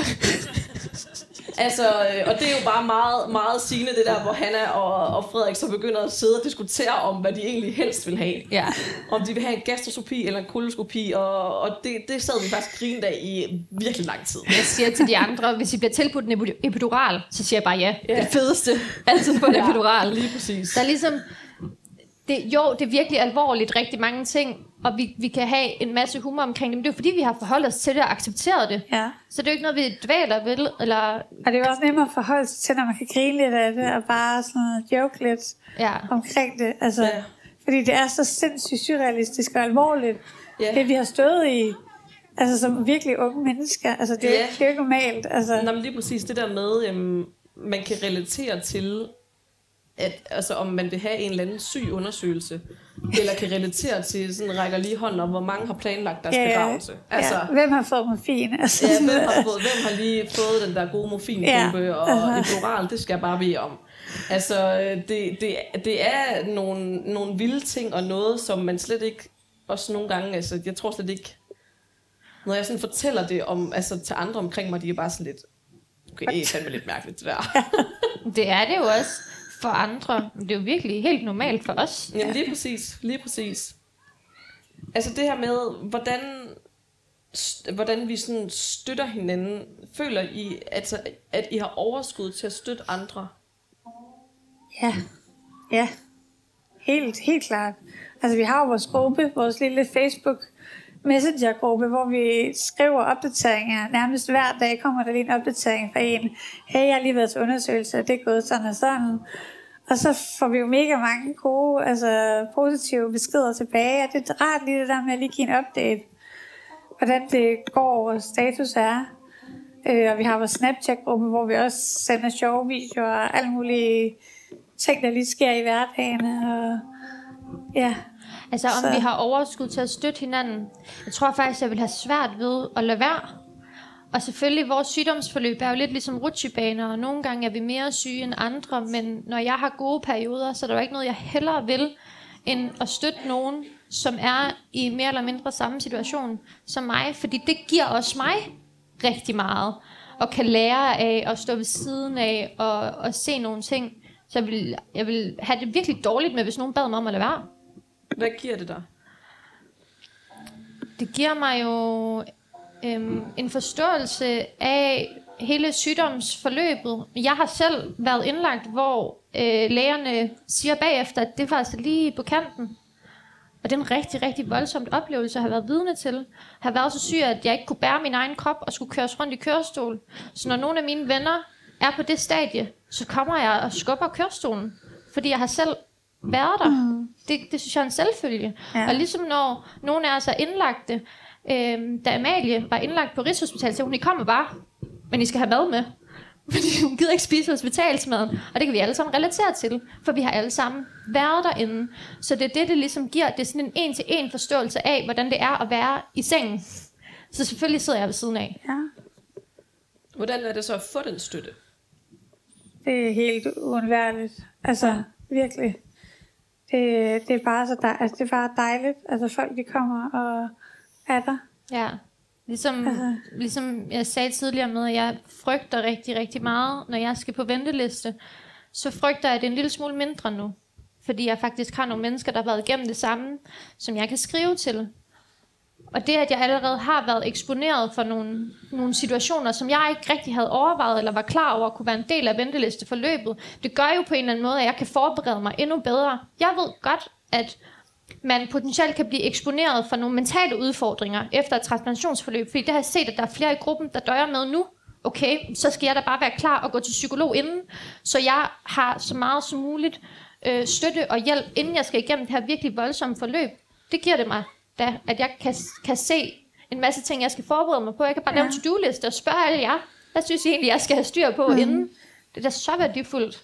Altså, øh, og det er jo bare meget, meget sigende det der, hvor Hanna og, og Frederik så begynder at sidde og diskutere om, hvad de egentlig helst vil have. Ja. Om de vil have en gastroskopi eller en koloskopi, og, og det, det sad vi faktisk grint af i virkelig lang tid. Jeg siger til de andre, hvis I bliver tilbudt en epidural, så siger jeg bare ja. Ja. Det fedeste. Altid på en Ja, epidural. lige præcis. Der er ligesom, det, jo, det er virkelig alvorligt, rigtig mange ting, og vi, vi kan have en masse humor omkring det, men det er jo fordi, vi har forholdt os til det og accepteret det. Ja. Så det er jo ikke noget, vi dvæler ved, eller... Og det er jo også nemmere at forholde sig til, når man kan grine lidt af det, og bare sådan joke lidt ja. omkring det. Altså, Ja. fordi det er så sindssygt surrealistisk og alvorligt, Ja. det vi har stået i, altså som virkelig unge mennesker. Altså det er, Ja. jo, det er jo ikke normalt. Altså. Nå, men lige præcis det der med, øhm, man kan relatere til, at, altså, om man vil have en eller anden syg undersøgelse, eller kan relatere til, sådan rækker lige hånden om, hvor mange har planlagt deres Ja, begravelse. Altså, ja. Hvem har fået morfin? Altså, ja, hvem, har fået, hvem har lige fået den der gode morfingruppe, Ja, og altså. epidural, det skal jeg bare bede om. Altså, det, det, det er nogle, nogle vilde ting, og noget, som man slet ikke, også nogle gange, altså, jeg tror slet ikke, når jeg sådan fortæller det om, altså, til andre omkring mig, de er bare sådan lidt, okay, det er fandme lidt mærkeligt, det der. Det er det jo også for andre. Det er jo virkelig helt normalt for os. Jamen lige præcis, lige præcis. Altså det her med, hvordan, hvordan vi sådan støtter hinanden. Føler I, altså, at I har overskud til at støtte andre? Ja, ja. Helt, helt klart. Altså vi har jo vores gruppe, vores lille Facebook messengergruppe, hvor vi skriver opdateringer. Nærmest hver dag kommer der lige en opdatering fra en. Hey, jeg har lige været til undersøgelse, og det er gået sådan og sådan. Og så får vi jo mega mange gode, altså positive beskeder tilbage. Og det er rart lige det der med at lige give en update. Hvordan det går, og status er. Øh, og vi har vores Snapchat-gruppe, hvor vi også sender sjove videoer og alle mulige ting, der lige sker i hverdagen. Og ja. Altså om Så. vi har overskud til at støtte hinanden. Jeg tror faktisk, jeg vil have svært ved at lade være. Og selvfølgelig, vores sygdomsforløb er jo lidt ligesom rutsjebaner, og nogle gange er vi mere syge end andre, men når jeg har gode perioder, så er der jo ikke noget, jeg hellere vil, end at støtte nogen, som er i mere eller mindre samme situation som mig, fordi det giver også mig rigtig meget, og kan lære af at stå ved siden af, og, og se nogle ting. Så jeg vil, jeg vil have det virkelig dårligt med, hvis nogen bad mig om at lade være. Hvad giver det dig? Det giver mig jo øhm, en forståelse af hele sygdomsforløbet. Jeg har selv været indlagt, hvor øh, lægerne siger bagefter, at det var altså lige på kanten. Og det er en rigtig, rigtig voldsomt oplevelse at have været vidne til. Jeg har været så syg, at jeg ikke kunne bære min egen krop og skulle køres rundt i kørestol. Så når nogle af mine venner er på det stadie, så kommer jeg og skubber kørestolen. Fordi jeg har selv været der. Mm. Det, det synes jeg er en selvfølge. Ja. Og ligesom når nogle af os er indlagte, øh, da Amalie var indlagt på Rigshospitalet, så hun, I kommer bare, men I skal have mad med. Fordi hun gider ikke spise hospitalsmaden. Og det kan vi alle sammen relatere til, for vi har alle sammen været derinde. Så det er det, det ligesom giver. Det er sådan en en-til-en forståelse af, hvordan det er at være i sengen. Så selvfølgelig sidder jeg ved siden af. Ja. Hvordan er det så at få den støtte? Det er helt uundværligt. Altså, virkelig. Det, det er bare så dej, altså, det er bare dejligt. Altså, folk de kommer og er der. Ja. Ligesom, altså. ligesom jeg sagde tidligere med, at jeg frygter rigtig, rigtig meget, når jeg skal på venteliste, så frygter jeg, at det er en lille smule mindre nu. Fordi jeg faktisk har nogle mennesker, der har været igennem det samme, som jeg kan skrive til. Og det, at jeg allerede har været eksponeret for nogle, nogle situationer, som jeg ikke rigtig havde overvejet, eller var klar over, at kunne være en del af ventelisteforløbet, det gør jo på en eller anden måde, at jeg kan forberede mig endnu bedre. Jeg ved godt, at man potentielt kan blive eksponeret for nogle mentale udfordringer efter et transplantationsforløb, fordi det har jeg set, at der er flere i gruppen, der døjer med nu. Okay, så skal jeg da bare være klar og gå til psykolog inden, så jeg har så meget som muligt øh, støtte og hjælp, inden jeg skal igennem det her virkelig voldsomme forløb. Det giver det mig, da, at jeg kan, kan se en masse ting, jeg skal forberede mig på. Jeg kan bare ja. lave en to-do-liste og spørge alle jer, hvad synes I egentlig, jeg skal have styr på mm. inden. Det er da så værdifuldt.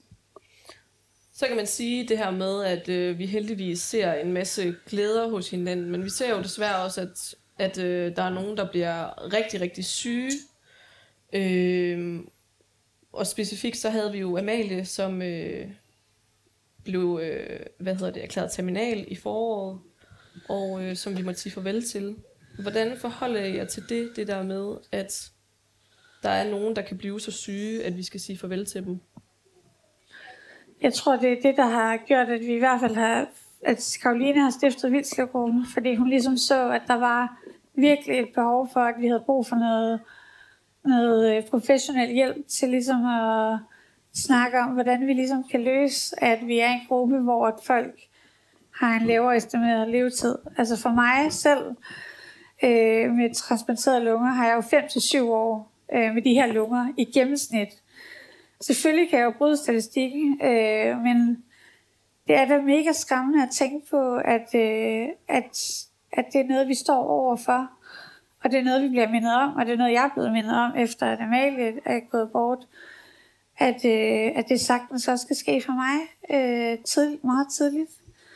Så kan man sige det her med, at øh, vi heldigvis ser en masse glæder hos hinanden, men vi ser jo desværre også, at, at øh, der er nogen, der bliver rigtig, rigtig syge. Øh, og specifikt så havde vi jo Amalie, som øh, blev øh, hvad hedder det, erklæret terminal i foråret, og øh, som vi måtte sige farvel til. Hvordan forholder jeg til det, det der med, at der er nogen, der kan blive så syge, at vi skal sige farvel til dem? Jeg tror, det er det, der har gjort, at vi i hvert fald har, at Caroline har stiftet Vildskabgruppen, fordi hun ligesom så, at der var virkelig et behov for, at vi havde brug for noget, noget professionel hjælp til ligesom at snakke om, hvordan vi ligesom kan løse, at vi er en gruppe, hvor at folk har en lavere estimeret levetid. Altså for mig selv, øh, med transplanterede lunger, har jeg jo fem til syv år øh, med de her lunger i gennemsnit. Selvfølgelig kan jeg jo bryde statistikken, øh, men det er da mega skræmmende at tænke på, at, øh, at, at det er noget, vi står overfor. Og det er noget, vi bliver mindet om, og det er noget, jeg er blevet mindet om, efter at Amalie er gået bort. At, øh, at det sagtens også skal ske for mig øh, tidligt, meget tidligt.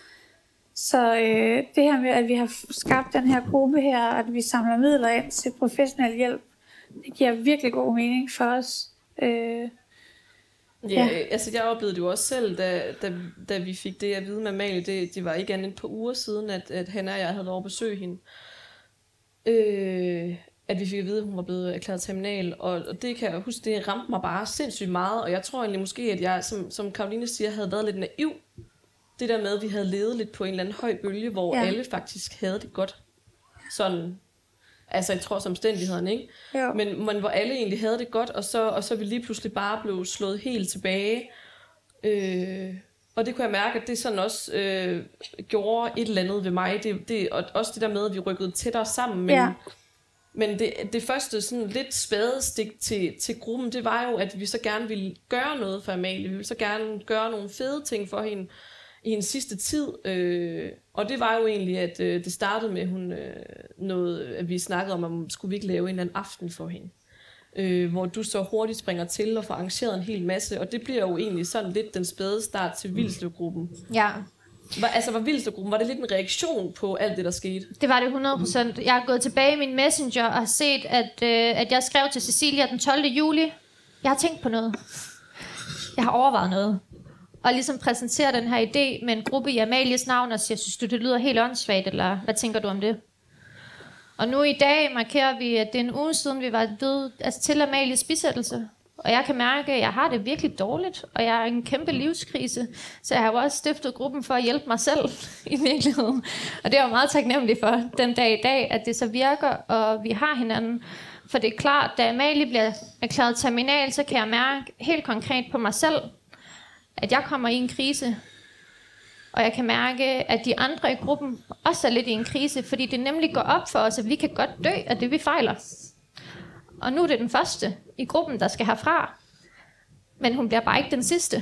Så øh, det her med, at vi har skabt den her gruppe her, og at vi samler midler ind til professionel hjælp, det giver virkelig god mening for os. Øh, Ja, ja, altså jeg oplevede det jo også selv, da, da, da vi fik det at vide med Amalie. Det, det var ikke andet et par uger siden, at, at Hanna og jeg havde været over at besøge hende. Øh, at vi fik at vide, at hun var blevet erklæret terminal. Og, og det kan jeg huske, det ramte mig bare sindssygt meget. Og jeg tror egentlig måske, at jeg, som, som Caroline siger, havde været lidt naiv. Det der med, at vi havde levet lidt på en eller anden høj bølge, hvor ja. alle faktisk havde det godt. Sådan... Altså jeg tror omstændighederne, ikke? Men, men hvor alle egentlig havde det godt, og så, og så vi lige pludselig bare blev slået helt tilbage. Øh, Og det kunne jeg mærke, at det sådan også øh, gjorde et eller andet ved mig. Det, det, og også det der med, at vi rykkede tættere sammen. Men, Ja. men det, det første sådan lidt spadestik til, til gruppen, det var jo, at vi så gerne ville gøre noget for Amalie. Vi ville så gerne gøre nogle fede ting for hende i hendes sidste tid. Øh, og det var jo egentlig, at øh, det startede med, hun, øh, noget, at vi snakkede om, om skulle vi ikke lave en eller anden aften for hende. Øh, hvor du så hurtigt springer til og får arrangeret en hel masse. Og det bliver jo egentlig sådan lidt den spæde start til Vildslev-gruppen. Ja. Var, altså var Vildslev-gruppen, var det lidt en reaktion på alt det, der skete? Det var det hundrede procent. Jeg har gået tilbage i min messenger og har set, at, øh, at jeg skrev til Cecilia den tolvte juli. Jeg har tænkt på noget. Jeg har overvejet noget. Og ligesom præsentere den her idé med en gruppe i Amalies navn og siger, synes du, det lyder helt åndssvagt, eller hvad tænker du om det? Og nu i dag markerer vi, at det er en uge siden, vi var ved, altså til Amalies bisættelse. Og jeg kan mærke, at jeg har det virkelig dårligt, og jeg er i en kæmpe livskrise. Så jeg har jo også stiftet gruppen for at hjælpe mig selv i virkeligheden. Og det er jeg jo meget taknemmelig for den dag i dag, at det så virker, og vi har hinanden. For det er klart, da Amalie bliver erklæret terminal, så kan jeg mærke helt konkret på mig selv, at jeg kommer i en krise. Og jeg kan mærke, at de andre i gruppen også er lidt i en krise, fordi det nemlig går op for os, at vi kan godt dø af det, vi fejler. Og nu er det den første i gruppen, der skal herfra. Men hun bliver bare ikke den sidste.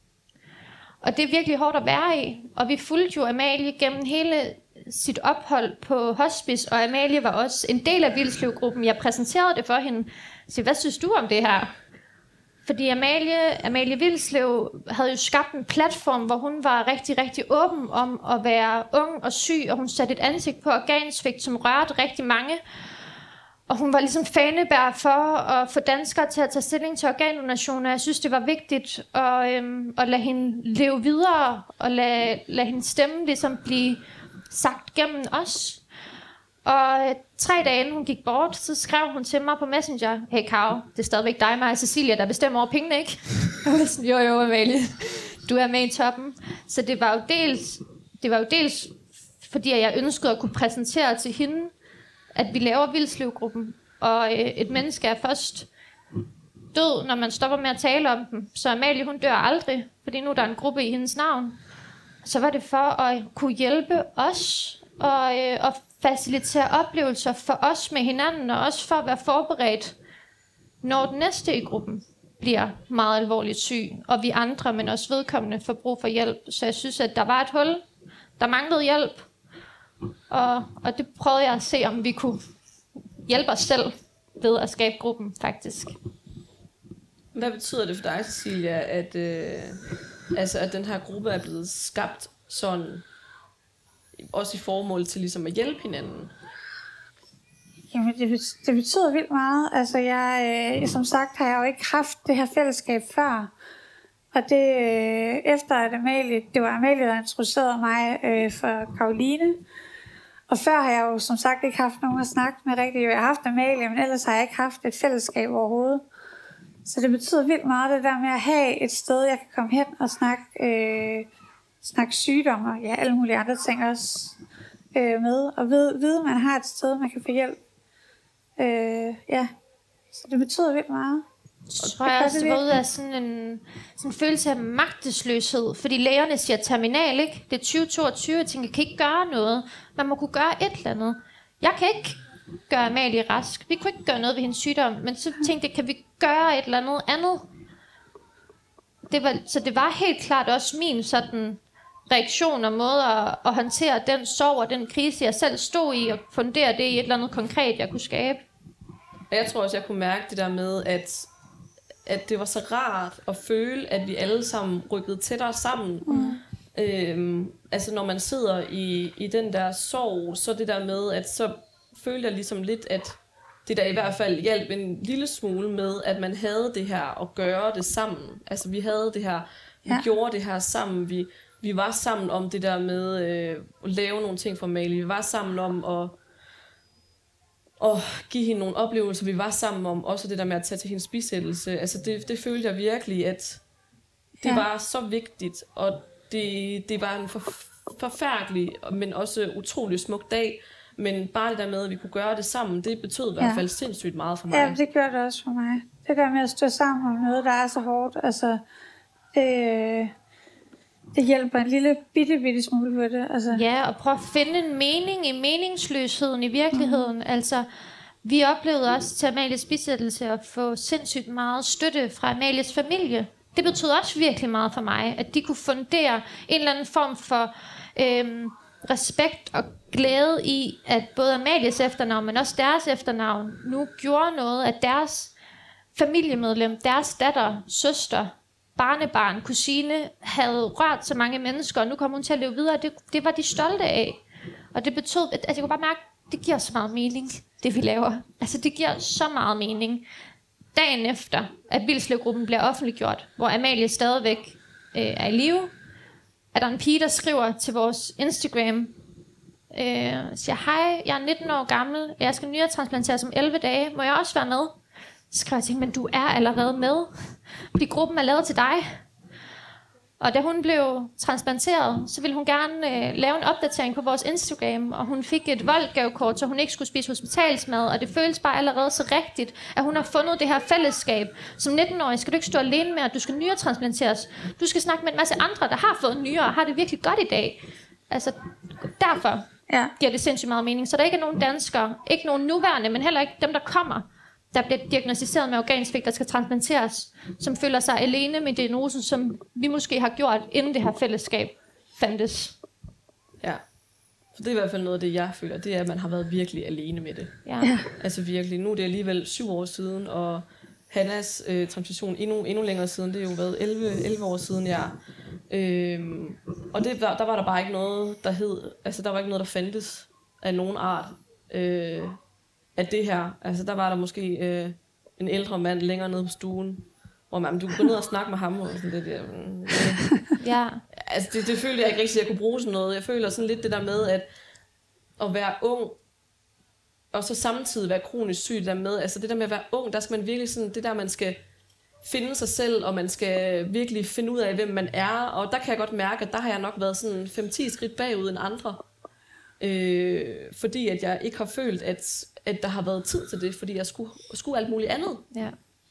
Og det er virkelig hårdt at være i. Og vi fulgte jo Amalie gennem hele sit ophold på hospice, og Amalie var også en del af Vildslev-gruppen. Jeg præsenterede det for hende. Så hvad synes du om det her? Fordi Amalie, Amalie Vildslev havde jo skabt en platform, hvor hun var rigtig, rigtig åben om at være ung og syg, og hun satte et ansigt på organsvigt, som rørte rigtig mange. Og hun var ligesom fanebær for at få danskere til at tage stilling til organdonation, og jeg synes, det var vigtigt at, øhm, at lade hende leve videre, og lade, lade hendes stemme ligesom blive sagt gennem os. Og øh, tre dage inden hun gik bort, så skrev hun til mig på Messenger, hey Karo, det er stadigvæk dig, mig og Cecilia, der bestemmer over pengene, ikke? Jeg var sådan, jo jo, Amalie, du er med i toppen. Så det var jo dels, det var jo dels fordi jeg ønskede at kunne præsentere til hende, at vi laver Vildslev-gruppen, og øh, et menneske er først død, når man stopper med at tale om dem. Så Amalie, hun dør aldrig, fordi nu er der en gruppe i hendes navn. Så var det for at kunne hjælpe os, og, øh, og facilitere oplevelser for os med hinanden, og også for at være forberedt, når den næste i gruppen bliver meget alvorligt syg, og vi andre, men også vedkommende, får brug for hjælp. Så jeg synes, at der var et hul, der manglede hjælp, og, og det prøvede jeg at se, om vi kunne hjælpe os selv ved at skabe gruppen, faktisk. Hvad betyder det for dig, Cecilia, at, øh, altså, at den her gruppe er blevet skabt sådan, også i formål til ligesom at hjælpe hinanden? Jamen, det, det betyder vildt meget. Altså, jeg, øh, som sagt har jeg jo ikke haft det her fællesskab før. Og det, øh, efter at Amalie, det var Amalie, der introducerede mig øh, for Karoline. Og før har jeg jo som sagt ikke haft nogen at snakke med rigtigt. Jeg har haft Amalie, men ellers har jeg ikke haft et fællesskab overhovedet. Så det betyder vildt meget, det der med at have et sted, jeg kan komme hen og snakke, øh, snakke sygdomme og ja, alle mulige andre ting også øh, med. Og vide, vide, at man har et sted, man kan få hjælp. Øh, ja, så det betyder vildt meget. Så tror jeg også, det var ud af sådan en, sådan en følelse af magtesløshed. Fordi lægerne siger terminal, ikke? Det er tyve toogtyve, jeg tænker, jeg kan ikke gøre noget. Man må kunne gøre et eller andet. Jeg kan ikke gøre Amalie rask. Vi kunne ikke gøre noget ved hendes sygdom. Men så tænkte jeg, kan vi gøre et eller andet andet? Det var, så det var helt klart også min sådan reaktion og måde at, at håndtere den sorg og den krise, jeg selv stod i, og fundere det i et eller andet konkret, jeg kunne skabe. Og jeg tror også, jeg kunne mærke det der med, at at det var så rart at føle, at vi alle sammen rykkede tættere sammen. Mm. Øhm, altså når man sidder i, i den der sorg, så det der med, at så følte jeg ligesom lidt, at det der i hvert fald hjalp en lille smule med, at man havde det her at gøre det sammen. Altså vi havde det her, vi ja. gjorde det her sammen, vi, vi var sammen om det der med øh, at lave nogle ting for Amalie, vi var sammen om at og give hende nogle oplevelser, vi var sammen om, også det der med at tage til hendes bisættelse. Altså det, det følte jeg virkelig, at det ja. var så vigtigt, og det, det var en for, forfærdelig, men også utrolig smuk dag, men bare det der med, at vi kunne gøre det sammen, det betød i hvert fald ja. sindssygt meget for mig. Ja, det gør det også for mig. Det der med at stå sammen om noget, der er så hårdt, altså, øh, det hjælper en lille bitte, bitte smule på det. Altså. Ja, og prøv at finde en mening i meningsløsheden i virkeligheden. Mm. Altså, vi oplevede også til Amalies bisættelse at få sindssygt meget støtte fra Amalies familie. Det betød også virkelig meget for mig, at de kunne fundere en eller anden form for øhm, respekt og glæde i, at både Amalies efternavn, men også deres efternavn, nu gjorde noget, at deres familiemedlem, deres datter, søster, barnebarn, kusine, havde rørt så mange mennesker, og nu kom hun til at leve videre. Det, det var de stolte af. Og det betød, at altså, jeg kunne bare mærke, at det giver så meget mening, det vi laver. Altså, det giver så meget mening. Dagen efter, at Vildslevgruppen bliver offentliggjort, hvor Amalie stadigvæk øh, er i live, er der en pige, der skriver til vores Instagram, øh, siger, hej, jeg er nitten år gammel, og jeg skal nyretransplanteres om elleve dage, må jeg også være med? Så skrev jeg til hende, men du er allerede med, fordi gruppen er lavet til dig. Og da hun blev transplanteret, så ville hun gerne øh, lave en opdatering på vores Instagram, og hun fik et voldgavekort, så hun ikke skulle spise hospitalsmad, og det føles bare allerede så rigtigt, at hun har fundet det her fællesskab. Som nitten-årig skal du ikke stå alene med, at du skal nyretransplanteres. Du skal snakke med en masse andre, der har fået nyere og har det virkelig godt i dag. Altså, derfor ja. giver det sindssygt meget mening. Så der ikke er nogen danskere, ikke nogen nuværende, men heller ikke dem, der kommer, der bliver diagnosticeret med organsvigt, der skal transplanteres, som føler sig alene med diagnosen, som vi måske har gjort, inden det her fællesskab fandtes. Ja, for det er i hvert fald noget af det, jeg føler, det er, at man har været virkelig alene med det. Ja. Ja. Altså virkelig. Nu er det alligevel syv år siden, og Hannas øh, transplantation endnu, endnu længere siden. Det er jo været elleve år siden, ja. Øhm, og det, der, der var der bare ikke noget, der hed, altså der var ikke noget, der fandtes af nogen art. Øh, At det her, altså der var der måske øh, en ældre mand længere nede på stuen, hvor man, du kunne gå ned og snakke med ham, og sådan det der. Øh. Ja. Altså det, det følte jeg ikke rigtig, at jeg kunne bruge sådan noget. Jeg føler sådan lidt det der med, at at være ung, og så samtidig være kronisk syg, der med, altså det der med at være ung, der skal man virkelig sådan, det der man skal finde sig selv, og man skal virkelig finde ud af, hvem man er, og der kan jeg godt mærke, at der har jeg nok været sådan fem til ti skridt bagud end andre. Øh, fordi at jeg ikke har følt, at, at der har været tid til det, fordi jeg skulle, skulle alt muligt andet. Ja.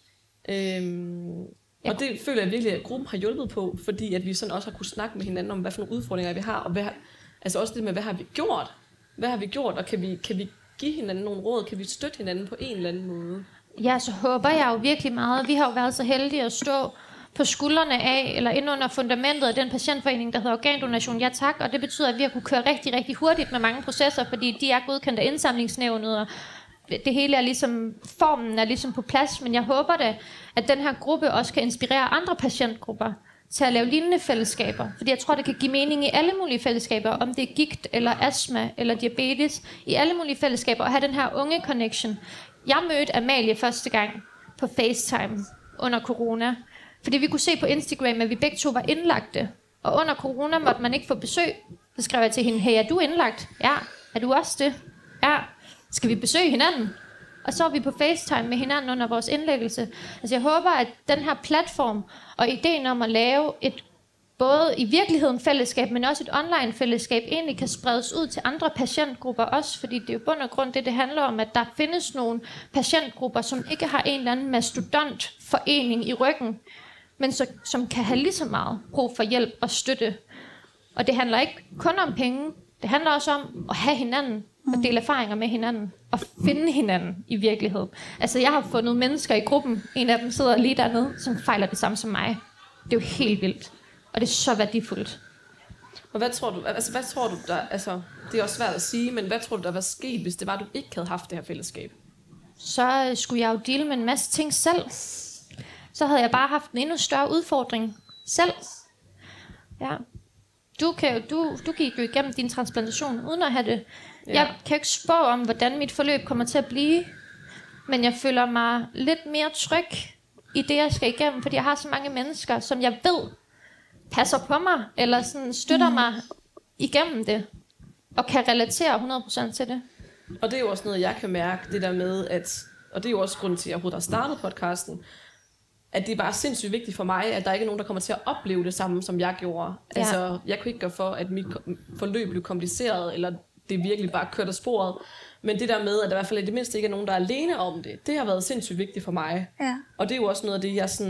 Øhm, og det føler jeg virkelig, at gruppen har hjulpet på, fordi at vi sådan også har kunne snakke med hinanden om, hvad for nogle udfordringer vi har, og hvad, altså også det med, hvad har vi gjort? Hvad har vi gjort, og kan vi, kan vi give hinanden nogle råd? Kan vi støtte hinanden på en eller anden måde? Ja, så håber jeg jo virkelig meget. Vi har jo været så heldige at stå på skuldrene af, eller ind under fundamentet af den patientforening, der hedder Organdonation Ja Tak, og det betyder, at vi har kunne køre rigtig, rigtig hurtigt med mange processer, fordi de er godkendt af indsamlingsnævnet, og det hele er ligesom, formen er ligesom på plads, men jeg håber da, at den her gruppe også kan inspirere andre patientgrupper til at lave lignende fællesskaber, fordi jeg tror, det kan give mening i alle mulige fællesskaber, om det er gigt, eller astma, eller diabetes, i alle mulige fællesskaber, og have den her unge connection. Jeg mødte Amalie første gang på FaceTime under corona, fordi vi kunne se på Instagram, at vi begge to var indlagte. Og under corona måtte man ikke få besøg. Så skrev jeg til hende, hey, er du indlagt? Ja. Er du også det? Ja. Skal vi besøge hinanden? Og så var vi på FaceTime med hinanden under vores indlæggelse. Altså jeg håber, at den her platform og ideen om at lave et både i virkeligheden fællesskab, men også et online fællesskab, egentlig kan spredes ud til andre patientgrupper også, fordi det er jo bund og grund det, det handler om, at der findes nogle patientgrupper, som ikke har en eller anden mastodontforening i ryggen, men så, som kan have lige så meget brug for hjælp og støtte. Og det handler ikke kun om penge, det handler også om at have hinanden, og dele erfaringer med hinanden, og finde hinanden i virkeligheden. Altså jeg har fundet mennesker i gruppen, en af dem sidder lige dernede, som fejler det samme som mig. Det er jo helt vildt, og det er så værdifuldt. Og hvad tror du, altså hvad tror du der, altså det er også svært at sige, men hvad tror du der var sket, hvis det var, du ikke havde haft det her fællesskab? Så skulle jeg jo deale med en masse ting selv. Så havde jeg bare haft en endnu større udfordring selv. Ja. Du, kan jo, du, du gik jo igennem din transplantation uden at have det. Ja. Jeg kan jo ikke spå om, hvordan mit forløb kommer til at blive. Men jeg føler mig lidt mere tryg i det, jeg skal igennem. Fordi jeg har så mange mennesker, som jeg ved passer på mig. Eller sådan støtter mm. mig igennem det. Og kan relatere hundrede procent til det. Og det er jo også noget, jeg kan mærke. Det der med, at... Og det er jo også grunden til, at jeg overhovedet har startet podcasten. At det er bare sindssygt vigtigt for mig, at der ikke er nogen, der kommer til at opleve det samme, som jeg gjorde. Ja. Altså, jeg kunne ikke gøre for, at mit forløb blev kompliceret, eller det virkelig bare kørte af sporet. Men det der med, at der i hvert fald i det mindste ikke er nogen, der er alene om det, det har været sindssygt vigtigt for mig. Ja. Og det er jo også noget af det, jeg sådan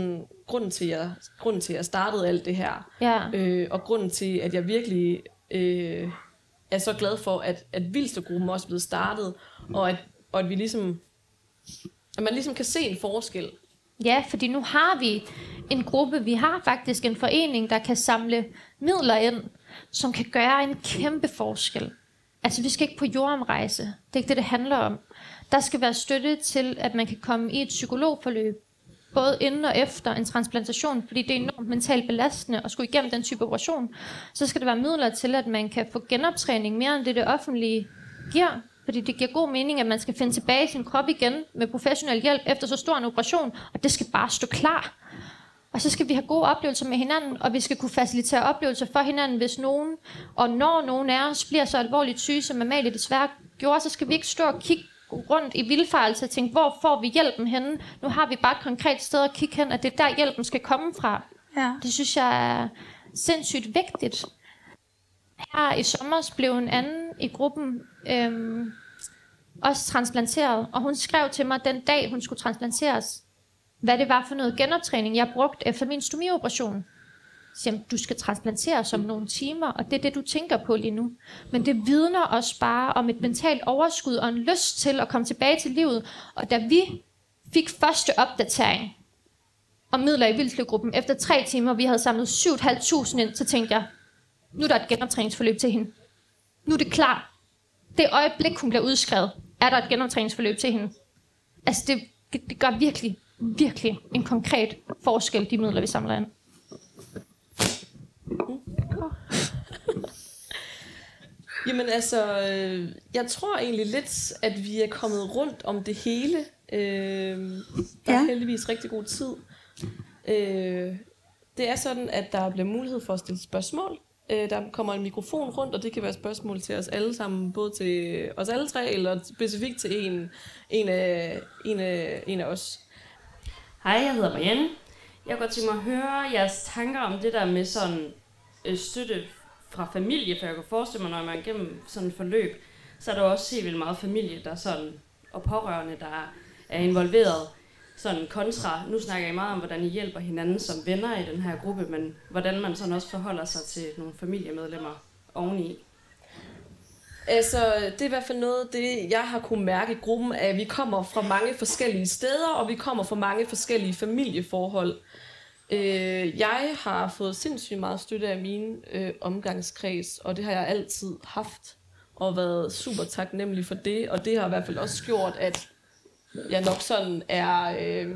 grunden til, at jeg, grunden til, at jeg startede alt det her. Ja. Øh, og grunden til, at jeg virkelig øh, er så glad for, at, at Vilstergruppen også er blevet startet, og at, og at vi ligesom, at man ligesom kan se en forskel. Ja, fordi nu har vi en gruppe, vi har faktisk en forening, der kan samle midler ind, som kan gøre en kæmpe forskel. Altså, vi skal ikke på jordomrejse. Det er ikke det, det handler om. Der skal være støtte til, at man kan komme i et psykologforløb, både inden og efter en transplantation, fordi det er enormt mentalt belastende at skulle igennem den type operation. Så skal der være midler til, at man kan få genoptræning mere end det, det offentlige giver. Fordi det giver god mening, at man skal finde tilbage i sin krop igen med professionel hjælp efter så stor en operation, og det skal bare stå klar. Og så skal vi have gode oplevelser med hinanden, og vi skal kunne facilitere oplevelser for hinanden, hvis nogen, og når nogen af os bliver så alvorligt syge, som Amalie desværre gjorde, så skal vi ikke stå og kigge rundt i vildfarelse og tænke, hvor får vi hjælpen henne? Nu har vi bare et konkret sted at kigge hen, at det er der hjælpen skal komme fra. Ja. Det synes jeg er sindssygt vigtigt. Her i sommer blev en anden i gruppen øhm, også transplanteret, og hun skrev til mig den dag, hun skulle transplanteres, hvad det var for noget genoptræning, jeg brugte efter min stomioperation. Så siger, du skal transplanteres om nogle timer, og det er det, du tænker på lige nu. Men det vidner også bare om et mentalt overskud og en lyst til at komme tilbage til livet. Og da vi fik første opdatering om midler i Vildslev-gruppen, efter tre timer, vi havde samlet syv tusind fem hundrede ind, så tænkte jeg, nu er der et genoptræningsforløb til hende. Nu er det klar. Det øjeblik, hun bliver udskrevet, er der et genoptræningsforløb til hende. Altså, det, det gør virkelig, virkelig en konkret forskel, de midler, vi samler ind. Jamen altså, øh, jeg tror egentlig lidt, at vi er kommet rundt om det hele. Øh, der er Ja. heldigvis rigtig god tid. Øh, det er sådan, at der bliver mulighed for at stille spørgsmål. Øh, der kommer en mikrofon rundt, og det kan være spørgsmål til os alle sammen, både til os alle tre, eller specifikt til en, en, af, en, af, en af os. Hej, jeg hedder Marianne. Jeg går til mig at høre jeres tanker om det der med sådan øh, støtte fra familie, for jeg kan forestille mig, når man er igennem sådan et forløb, så er der også helt vildt meget familie, der sådan, og pårørende, der er involveret, sådan kontra, nu snakker jeg meget om, hvordan I hjælper hinanden som venner i den her gruppe, men hvordan man sådan også forholder sig til nogle familiemedlemmer oveni. Altså, det er i hvert fald noget af det, jeg har kunne mærke i gruppen, at vi kommer fra mange forskellige steder, og vi kommer fra mange forskellige familieforhold. Øh, jeg har fået sindssygt meget støtte af min øh, omgangskreds, og det har jeg altid haft, og været super taknemmelig for det, og det har i hvert fald også gjort, at jeg nok sådan er, øh,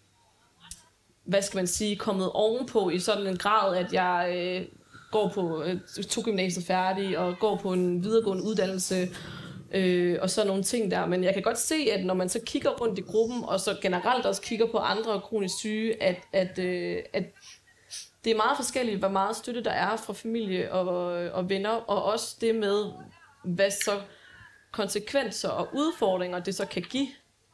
hvad skal man sige, kommet ovenpå i sådan en grad, at jeg øh, går på øh, to gymnasiet færdig, og går på en videregående uddannelse, øh, og sådan nogle ting der. Men jeg kan godt se, at når man så kigger rundt i gruppen, og så generelt også kigger på andre kronisk syge, at, at, øh, at det er meget forskelligt, hvor meget støtte der er fra familie og, og venner, og også det med, hvad så konsekvenser og udfordringer det så kan give.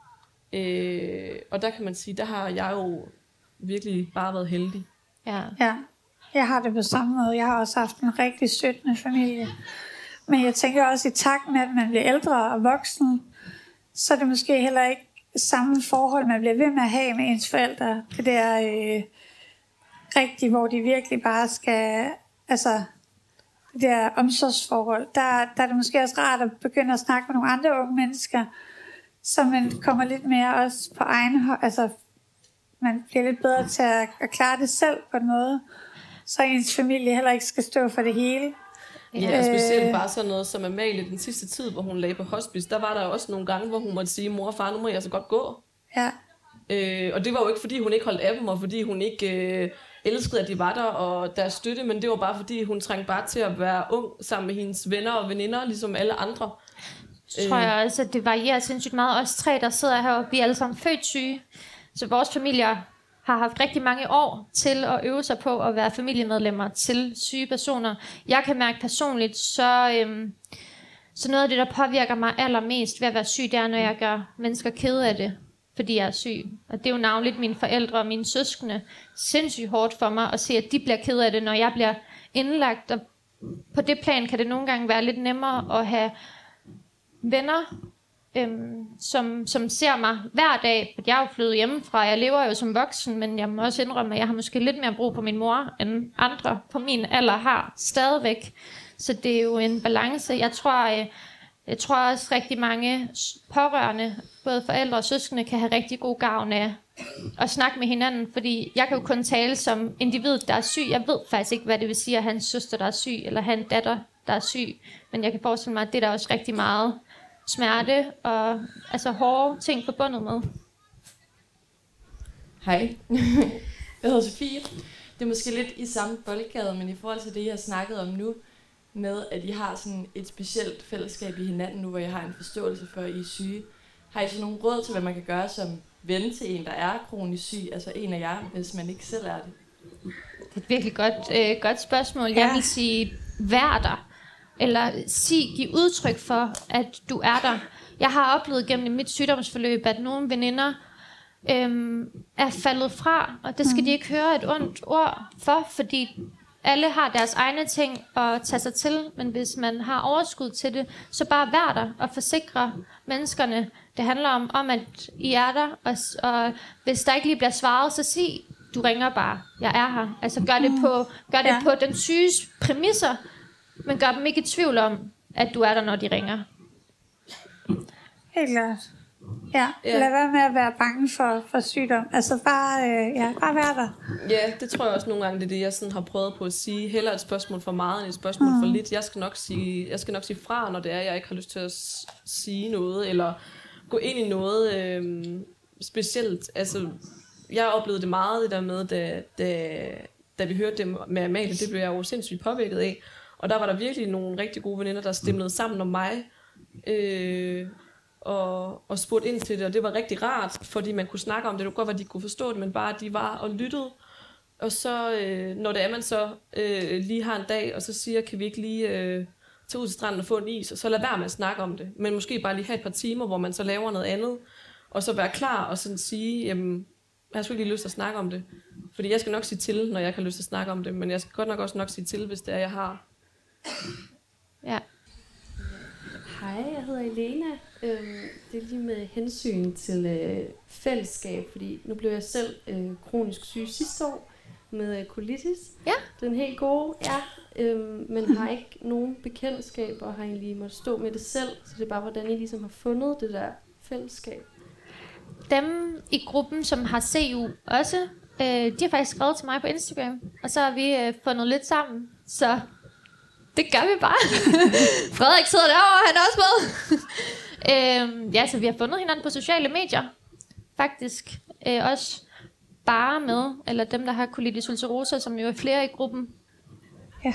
Øh, og der kan man sige, der har jeg jo virkelig bare været heldig. Ja. Ja, jeg har det på samme måde. Jeg har også haft en rigtig støttende familie. Men jeg tænker også, i takt med, at man bliver ældre og voksen, så er det måske heller ikke samme forhold, man bliver ved med at have med ens forældre. Det der øh, rigtigt, hvor de virkelig bare skal, altså det der omsorgsforhold, der, der er det måske også rart at begynde at snakke med nogle andre unge mennesker, så man kommer lidt mere også på egen hånd, altså man bliver lidt bedre til at, at klare det selv på en måde, så ens familie heller ikke skal stå for det hele. Ja, og specielt bare sådan noget som Amalie den sidste tid, hvor hun lagde på hospice, der var der også nogle gange, hvor hun måtte sige, mor og far, nu må jeg så godt gå. Ja. Øh, og det var jo ikke, fordi hun ikke holdt af dem, og fordi hun ikke øh, elskede, at de var der, og deres støtte, men det var bare, fordi hun trængte bare til at være ung sammen med hendes venner og veninder, ligesom alle andre. Så tror jeg også, at det varierer sindssygt meget. Os tre, der sidder heroppe, vi er alle sammen født syge. Så vores familier har haft rigtig mange år til at øve sig på at være familiemedlemmer til syge personer. Jeg kan mærke personligt, så, øhm, så noget af det, der påvirker mig allermest ved at være syg, det er, når jeg gør mennesker kede af det, fordi jeg er syg. Og det er jo navnligt mine forældre og mine søskende. Sindssygt hårdt for mig at se, at de bliver kede af det, når jeg bliver indlagt. Og på det plan kan det nogle gange være lidt nemmere at have venner, øhm, som, som ser mig hver dag, for jeg er jo flyttet hjemmefra, jeg lever jo som voksen, men jeg må også indrømme, at jeg har måske lidt mere brug for min mor, end andre på min alder har stadigvæk. Så det er jo en balance. Jeg tror, jeg, jeg tror også rigtig mange pårørende, både forældre og søskende, kan have rigtig god gavn af at snakke med hinanden, fordi jeg kan jo kun tale som individ, der er syg. Jeg ved faktisk ikke, hvad det vil sige at have en søster, der er syg, eller have en datter, der er syg. Men jeg kan forestille mig, at det er der også rigtig meget smerte og altså hårde ting forbundet med. Hej, jeg hedder Sofie. Det er måske lidt i samme boldgade, men i forhold til det, jeg har snakket om nu, med at I har sådan et specielt fællesskab i hinanden nu, hvor jeg har en forståelse for, at I er syge. Har I så nogle råd til, hvad man kan gøre som ven til en, der er kronisk syg, altså en af jer, hvis man ikke selv er det? Det er et virkelig godt, øh, godt spørgsmål. Jeg vil sige, vær der. Eller sig, giv udtryk for, at du er der. Jeg har oplevet gennem mit sygdomsforløb, at nogle veninder øhm, er faldet fra, og det skal de ikke høre et ondt ord for, fordi alle har deres egne ting at tage sig til, men hvis man har overskud til det, så bare vær der og forsikre menneskerne. Det handler om, om at I er der, og, og hvis der ikke lige bliver svaret, så sig, du ringer bare, jeg er her. Altså gør det på, gør det ja. på den syges præmisser, men gør dem ikke i tvivl om, at du er der, når de ringer. Helt klart. Ja, ja. Lad være med at være bange for, for sygdom. Altså bare, øh, ja, bare være der. Ja, det tror jeg også nogle gange, det er det, jeg sådan har prøvet på at sige. Heller et spørgsmål for meget, end et spørgsmål mm. for lidt. Jeg skal, nok sige, jeg skal nok sige fra, når det er, jeg ikke har lyst til at sige noget, eller gå ind i noget øh, specielt. Altså, jeg oplevede det meget, det der med, da, da, da vi hørte det med Amalie, det blev jeg jo sindssygt påvirket af. Og der var der virkelig nogle rigtig gode veninder, der stemlede sammen om mig, øh, og, og spurgte ind til det, og det var rigtig rart, fordi man kunne snakke om det. Det kunne godt være, de kunne forstå det, men bare de var og lyttede. Og så, øh, når det er, man så øh, lige har en dag, og så siger, kan vi ikke lige øh, tage ud til stranden og få en is, og så lad være med at snakke om det. Men måske bare lige have et par timer, hvor man så laver noget andet, og så være klar og sådan sige, jamen, jeg har sgu ikke lige lyst til at snakke om det. Fordi jeg skal nok sige til, når jeg kan lyst til at snakke om det, men jeg skal godt nok også nok sige til, hvis det er, jeg har. Ja. Hej, jeg hedder Elena. Øhm, det er lige med hensyn til øh, fællesskab, fordi nu blev jeg selv øh, kronisk syg sidste år med øh, colitis. Ja. Den helt gode, ja. Øhm, men har ikke nogen bekendtskab og har egentlig måttet stå med det selv. Så det er bare, hvordan I ligesom har fundet det der fællesskab. Dem i gruppen, som har C U også, øh, de har faktisk skrevet til mig på Instagram, og så har vi øh, fundet lidt sammen. Så det gør vi bare. Frederik sidder derovre, han er også med. øhm, ja, så vi har fundet hinanden på sociale medier. Faktisk øh, også bare med, eller dem, der har colitis ulcerosa, som jo er flere i gruppen. Ja.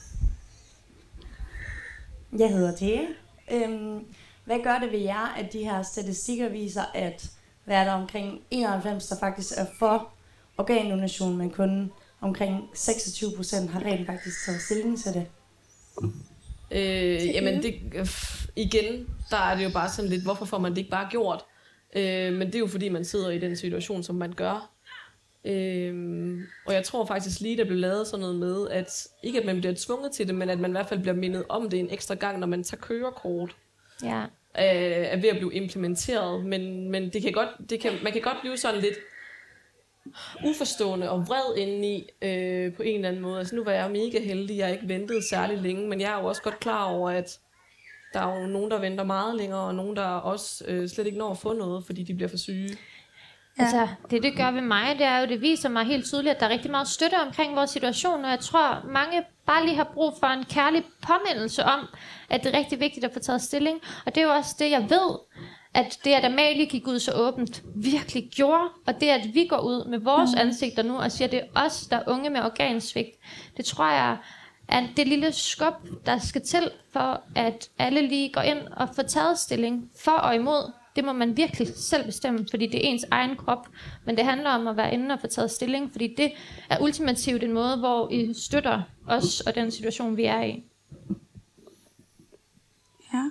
Jeg hedder Thea. Øhm, hvad gør det ved jer, at de her statistikker viser, at hvad er der omkring enoghalvfems, der faktisk er for organdonation, men kun omkring seksogtyve procent har rent faktisk taget stilling til det? Øh, jamen det, øh, igen, der er det jo bare sådan lidt, hvorfor får man det ikke bare gjort? Øh, men det er jo fordi, man sidder i den situation, som man gør. Øh, og jeg tror faktisk lige, der blev lavet sådan noget med, at ikke at man bliver tvunget til det, men at man i hvert fald bliver mindet om det en ekstra gang, når man tager kørekort. Ja. Øh, er ved at blive implementeret. Men, men det kan godt, det kan, man kan godt blive sådan lidt uforstående og vred indeni øh, på en eller anden måde. Altså nu var jeg mega heldig, jeg ikke ventede særlig længe, men jeg er jo også godt klar over, at der er jo nogen, der venter meget længere, og nogen, der også øh, slet ikke når at få noget, fordi de bliver for syge. Ja. Altså, det det gør ved mig, det er jo, det viser mig helt tydeligt, at der er rigtig meget støtte omkring vores situation, og jeg tror, mange bare lige har brug for en kærlig påmindelse om, at det er rigtig vigtigt at få taget stilling. Og det er jo også det, jeg ved, at det, at Amalie gik ud så åbent, virkelig gjorde, og det, at vi går ud med vores mm. ansigter nu og siger, at det er os, der er unge med organsvigt, det tror jeg er det lille skub, der skal til, for at alle lige går ind og får taget stilling for og imod. Det må man virkelig selv bestemme, fordi det er ens egen krop. Men det handler om at være inde og få taget stilling, fordi det er ultimativt en måde, hvor I støtter os og den situation, vi er i. Ja.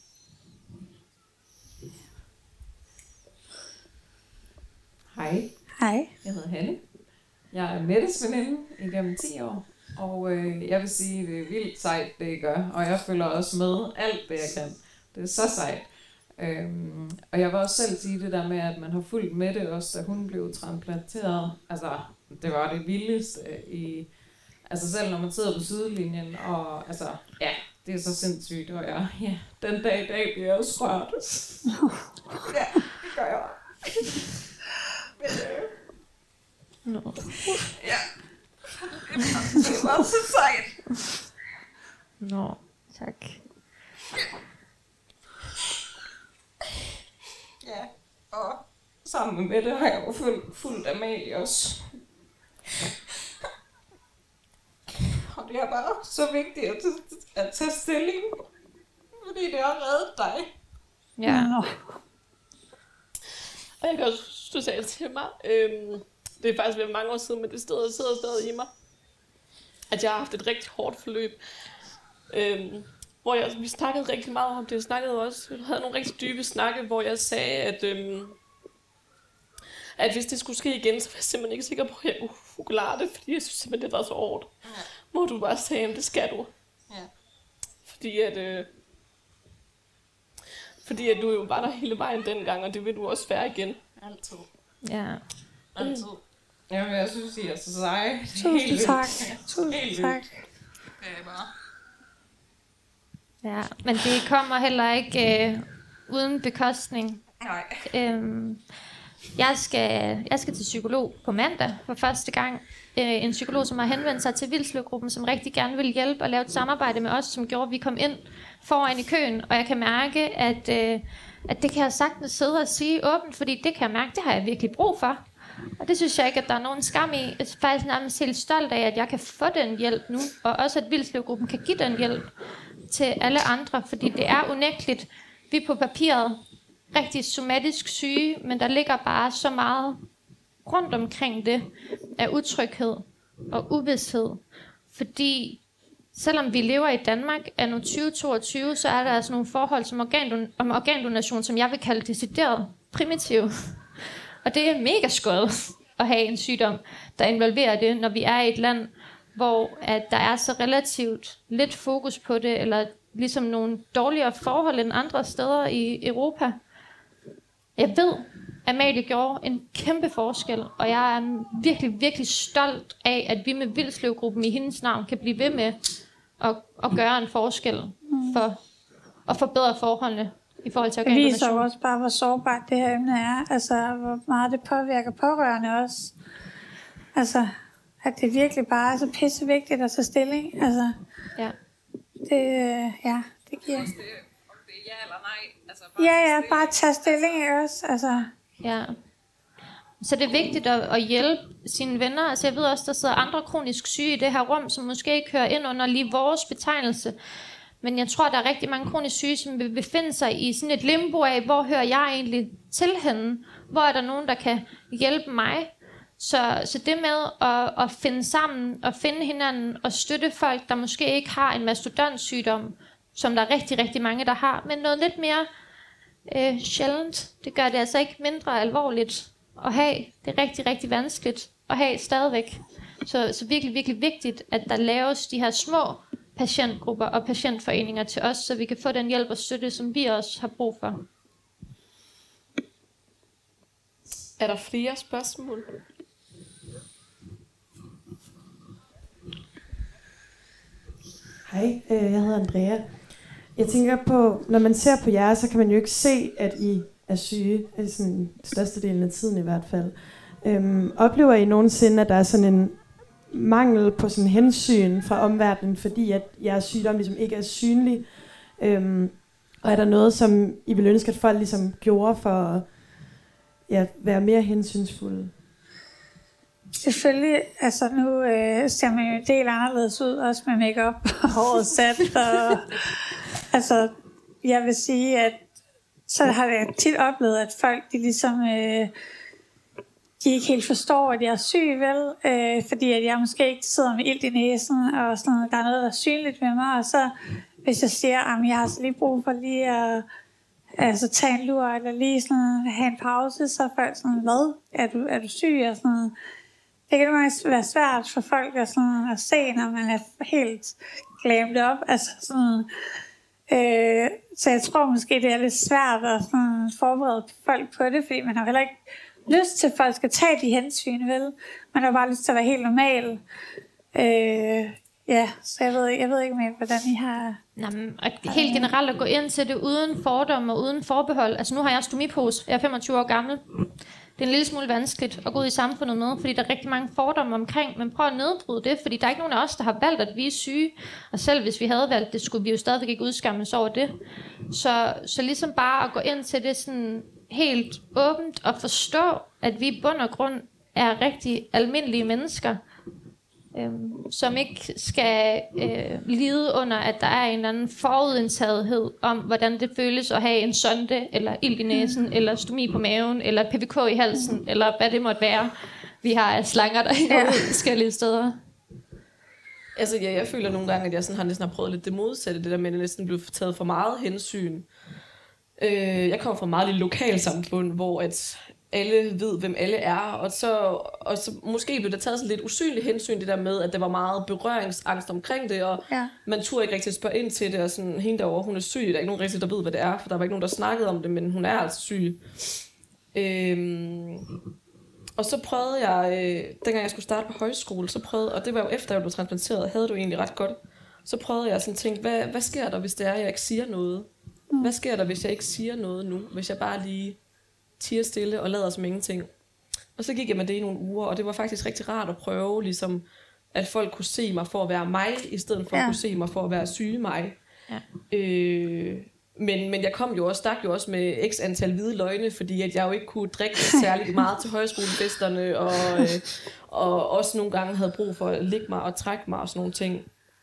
Hej. Hej. Jeg hedder Hanne. Jeg er Mettes veninde igennem ti år. Og øh, jeg vil sige, det er vildt sejt, det I gør. Og jeg følger også med alt det, jeg kan. Det er så sejt. Øhm, og jeg vil også selv sige det der med, at man har fulgt med det også, da hun blev transplanteret. Altså, det var det vildeste i... Altså selv når man sidder på sidelinjen, og altså, ja, det er så sindssygt, og jeg, ja, den dag i dag bliver jeg også rørt. Ja, det gør jeg. Men, øh, No. ja, det var så sejt. Nå, tak. Ja, og sammen med det har jeg jo fulgt, fulgt Amalie også. Og det er bare så vigtigt at, at tage stilling, fordi det har reddet dig. Ja. Og jeg kan også huske, du sagde til mig, øhm, det er faktisk ved mange år siden, men det sidder, sidder stadig i mig, at jeg har haft et rigtig hårdt forløb, øhm, hvor jeg, vi snakkede rigtig meget om det. Jeg snakkede også, jeg havde nogle rigtig dybe snakke, hvor jeg sagde, at, øhm, at hvis det skulle ske igen, så var jeg simpelthen ikke sikker på, at jeg kunne klare det, fordi jeg synes simpelthen, det var så hårdt. Ja. Hvor du bare sagde, at det skal du. Ja. Fordi at... Øh, Fordi at du jo var der hele vejen dengang, og det vil du også være igen. Altid. Ja. Altid. Jamen, jeg synes, I er så seje. Tusind tak. Tusind tak. Det er bare... Ja, men det kommer heller ikke øh, uden bekostning. Nej. Øhm, jeg, skal, jeg skal til psykolog på mandag for første gang. Øh, en psykolog, som har henvendt sig til Vilsløv-gruppen, som rigtig gerne vil hjælpe og lave et samarbejde med os, som gjorde, at vi kom ind foran i køen. Og jeg kan mærke, at, øh, at det kan jeg sagtens sidde og sige åbent, fordi det kan jeg mærke, det har jeg virkelig brug for. Og det synes jeg ikke, at der er nogen skam i. Jeg er faktisk nærmest helt stolt af, at jeg kan få den hjælp nu, og også at Vilsløv-gruppen kan give den hjælp til alle andre, fordi det er unægteligt. Vi er på papiret rigtig somatisk syge, men der ligger bare så meget rundt omkring det af utryghed og uvidshed. Fordi selvom vi lever i Danmark anno tyve toogtyve, så er der altså nogle forhold som organdon- om organdonation, som jeg vil kalde decideret primitiv. Og det er mega skødt at have en sygdom, der involverer det, når vi er i et land, hvor at der er så relativt lidt fokus på det, eller ligesom nogle dårligere forhold end andre steder i Europa. Jeg ved, at Amalie gjorde en kæmpe forskel, og jeg er virkelig, virkelig stolt af, at vi med Vilsløv-gruppen i hendes navn kan blive ved med at, at gøre en forskel for at forbedre forholdene i forhold til Det organdonation. viser jo også bare, hvor sårbart det her emne er. Altså, hvor meget det påvirker pårørende også. Altså, at det virkelig bare er så pisse vigtigt at tage stilling. Altså, ja. Det, ja, det giver... Om det er ja eller nej. Altså bare Ja, ja, bare tage stilling også. Altså. Ja. Så det er vigtigt at, at hjælpe sine venner. Altså jeg ved også, der sidder andre kronisk syge i det her rum, som måske ikke hører ind under lige vores betegnelse. Men jeg tror, der er rigtig mange kronisk syge, som vil befinde sig i sådan et limbo af, hvor hører jeg egentlig til henne? Hvor er der nogen, der kan hjælpe mig? Så, så det med at, at finde sammen og finde hinanden og støtte folk, der måske ikke har en mastodontsygdom, som der er rigtig, rigtig mange, der har, men noget lidt mere øh, sjældent. Det gør det altså ikke mindre alvorligt at have. Det er rigtig, rigtig vanskeligt at have stadigvæk. Så, så virkelig, virkelig vigtigt, at der laves de her små patientgrupper og patientforeninger til os, så vi kan få den hjælp og støtte, som vi også har brug for. Er der flere spørgsmål? Hej, øh, jeg hedder Andrea. Jeg tænker på, når man ser på jer, så kan man jo ikke se, at I er syge, sådan størstedelen af tiden i hvert fald. Øhm, oplever I nogensinde, at der er sådan en mangel på sådan hensyn fra omverdenen, fordi at jeres sygdom ligesom ikke er synlig? Øhm, og er der noget, som I vil ønske, at folk ligesom gjorde for at ja, være mere hensynsfulde? Selvfølgelig, altså nu øh, ser man jo en del anderledes ud, også med make-up og håret sat. Og, altså, jeg vil sige, at så har jeg tit oplevet, at folk, de ligesom, øh, de ikke helt forstår, at jeg er syg, vel? Øh, fordi at jeg måske ikke sidder med ilt i næsen, og sådan noget, der er noget, der er synligt med mig. Og så, hvis jeg siger, at jeg har så lige brug for lige at altså, tage en lur, eller lige sådan, have en pause, så er folk sådan, hvad? Er du, er du syg? Og sådan noget. Det kan nogle gange være svært for folk at, sådan, at se, når man er helt glemt op. Altså sådan, øh, så jeg tror måske, det er lidt svært at sådan, forberede folk på det, fordi man har heller ikke lyst til, at folk skal tage de hensyn, vel? Man har bare lyst til at være helt normal. Øh, ja, så jeg ved, jeg ved ikke mere, hvordan I har... Nå, men, helt generelt at gå ind til det uden fordomme og uden forbehold. Altså nu har jeg stomipose, jeg er femogtyve år gammel. Det er en lille smule vanskeligt at gå ud i samfundet med, fordi der er rigtig mange fordomme omkring, men prøv at nedbryde det, fordi der er ikke nogen af os, der har valgt, at vi er syge, og selv hvis vi havde valgt det, skulle vi jo stadigvæk ikke udskammes over det. Så, så ligesom bare at gå ind til det sådan helt åbent og forstå, at vi i bund og grund er rigtig almindelige mennesker, øhm, som ikke skal øh, lide under, at der er en eller anden forudindtagethed om, hvordan det føles at have en sonde, eller ild i næsen, eller stomi på maven, eller P V K i halsen, eller hvad det måtte være. Vi har slanger, der hænger ja. ud forskellige steder. Altså, ja, jeg føler nogle gange, at jeg sådan har næsten har prøvet lidt det modsatte, det der med, at jeg næsten blev taget for meget hensyn. Øh, jeg kommer fra et meget lille lokalsamfund, hvor at alle ved, hvem alle er, og så, og så måske blev der taget sådan lidt usynligt hensyn, det der med, at der var meget berøringsangst omkring det, og ja. man turde ikke rigtig spørge ind til det, og sådan, hende derovre, hun er syg, der er ikke nogen rigtig, der ved, hvad det er, for der var ikke nogen, der snakkede om det, men hun er altså syg. Øhm, og så prøvede jeg, øh, dengang jeg skulle starte på højskole, så prøvede, og det var jo efter, jeg blev transplanteret, havde du egentlig ret godt, så prøvede jeg sådan at tænke, hvad, hvad sker der, hvis det er, jeg ikke siger noget? Hvad sker der, hvis jeg ikke siger noget nu? Hvis jeg bare lige tiger stille og lader som ingenting. Og så gik jeg med det i nogle uger, og det var faktisk rigtig rart at prøve, ligesom, at folk kunne se mig for at være mig, i stedet for ja. at kunne se mig for at være syge mig. Ja. Øh, men, men jeg kom jo også, stak jo også med x antal hvide løgne, fordi at jeg jo ikke kunne drikke særligt meget til højskolefesterne, og, øh, og også nogle gange havde brug for at ligge mig og trække mig og sådan nogle ting.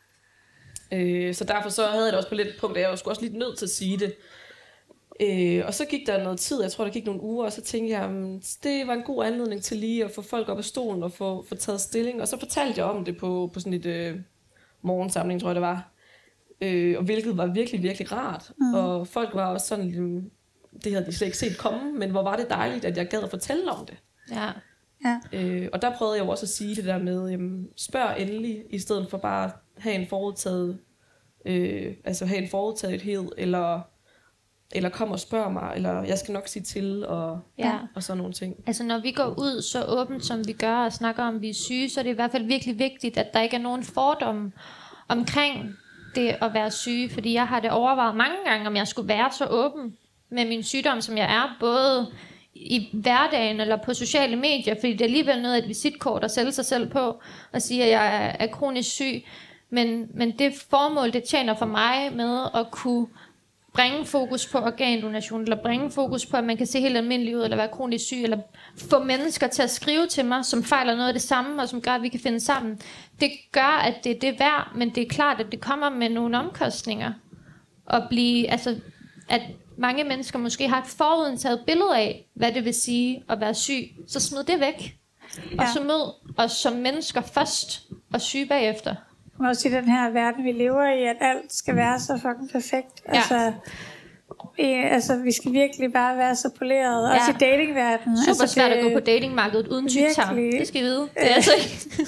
Øh, så derfor så havde jeg det også på lidt punkt, at jeg skulle også lidt nødt til at sige det. Øh, og så gik der noget tid, jeg tror der gik nogle uger, og så tænkte jeg, det var en god anledning til lige at få folk op af stolen og få, få taget stilling. Og så fortalte jeg om det på, på sådan et øh, morgensamling, tror jeg det var. Øh, og hvilket var virkelig, virkelig rart. Mm. Og folk var også sådan, det havde de slet ikke set komme, men hvor var det dejligt, at jeg gad at fortælle om det. Ja. Ja. Øh, og der prøvede jeg jo også at sige det der med, jamen, spørg endelig, i stedet for bare at have en forudtaget, øh, altså have en forudtagethed, eller, eller kom og spørg mig, eller jeg skal nok sige til, og, ja. og sådan nogle ting. Altså når vi går ud så åbent, som vi gør, og snakker om, at vi er syge, så er det i hvert fald virkelig vigtigt, at der ikke er nogen fordomme omkring det at være syge, fordi jeg har det overvejet mange gange, om jeg skulle være så åben med min sygdom, som jeg er, både i hverdagen eller på sociale medier, fordi det er alligevel noget af et visitkort at sælge sig selv på, og sige, at jeg er, er kronisk syg. Men, men det formål, det tjener for mig med at kunne bringe fokus på organdonation, eller bringe fokus på, at man kan se helt almindelig ud, eller være kronisk syg, eller få mennesker til at skrive til mig, som fejler noget af det samme, og som gør, at vi kan finde sammen. Det gør, at det er det værd, men det er klart, at det kommer med nogle omkostninger. At blive, altså, at mange mennesker måske har et forudindtaget billede af, hvad det vil sige at være syg, så smid det væk. Ja. Og så mød os som mennesker først, og syge bagefter. Man må også i den her verden, vi lever i, at alt skal være så fucking perfekt. Ja. Altså, vi, altså, vi skal virkelig bare være så poleret. Ja. Også i datingverdenen. Super altså, svært at gå på datingmarkedet uden tyktarm. Det skal I vide. Det er altså ikke...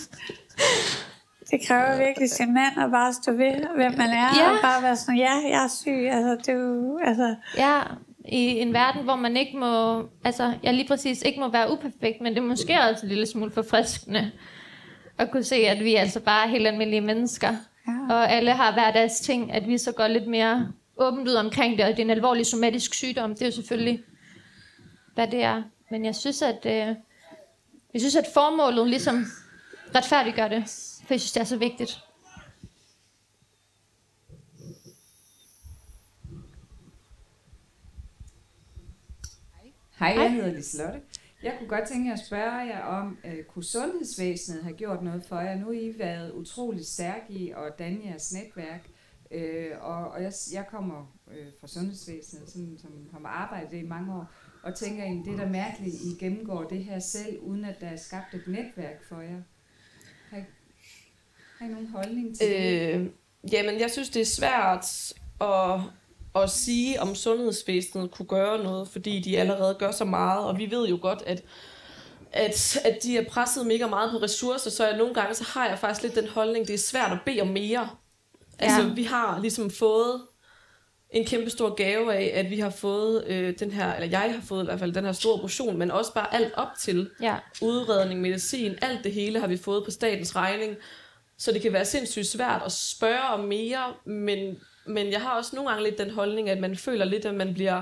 Det kræver virkelig sin mand at bare stå ved, hvem man er, ja. Og bare være sådan, ja, jeg er syg. Altså, det er jo, altså... Ja, i en verden, hvor man ikke må... Altså, jeg lige præcis ikke må være uperfekt, men det er måske også en lille smule forfriskende at kunne se, at vi altså bare er helt almindelige mennesker. Ja. Og alle har hver deres ting, at vi så går lidt mere åbent ud omkring det, og det er en alvorlig somatisk sygdom. Det er jo selvfølgelig, hvad det er. Men jeg synes, at, øh, jeg synes, at formålet ligesom retfærdiggør det. For jeg synes, det er så vigtigt. Hej, jeg hedder Liselotte. Jeg kunne godt tænke jer at spørge jer om, uh, kunne sundhedsvæsenet have gjort noget for jer? Nu har I været utrolig stærke i at danne jeres netværk, uh, og, og jeg, jeg kommer uh, fra sundhedsvæsenet, sådan, som har arbejdet det i mange år, og tænker egentlig, det er da mærkeligt, I gennemgår det her selv, uden at der er skabt et netværk for jer. Har I, har I nogen holdning til det? Øh, jamen, jeg synes, det er svært at... at sige, om sundhedsvæsenet kunne gøre noget, fordi de allerede gør så meget, og vi ved jo godt, at, at, at de er presset mega meget på ressourcer, så jeg, nogle gange så har jeg faktisk lidt den holdning, det er svært at bede om mere. Altså, ja. Vi har ligesom fået en kæmpe stor gave af, at vi har fået øh, den her, eller jeg har fået i hvert fald den her store operation, men også bare alt op til ja. udredning, medicin, alt det hele har vi fået på statens regning, så det kan være sindssygt svært at spørge om mere, men, men jeg har også nogle gange lidt den holdning, at man føler lidt, at man bliver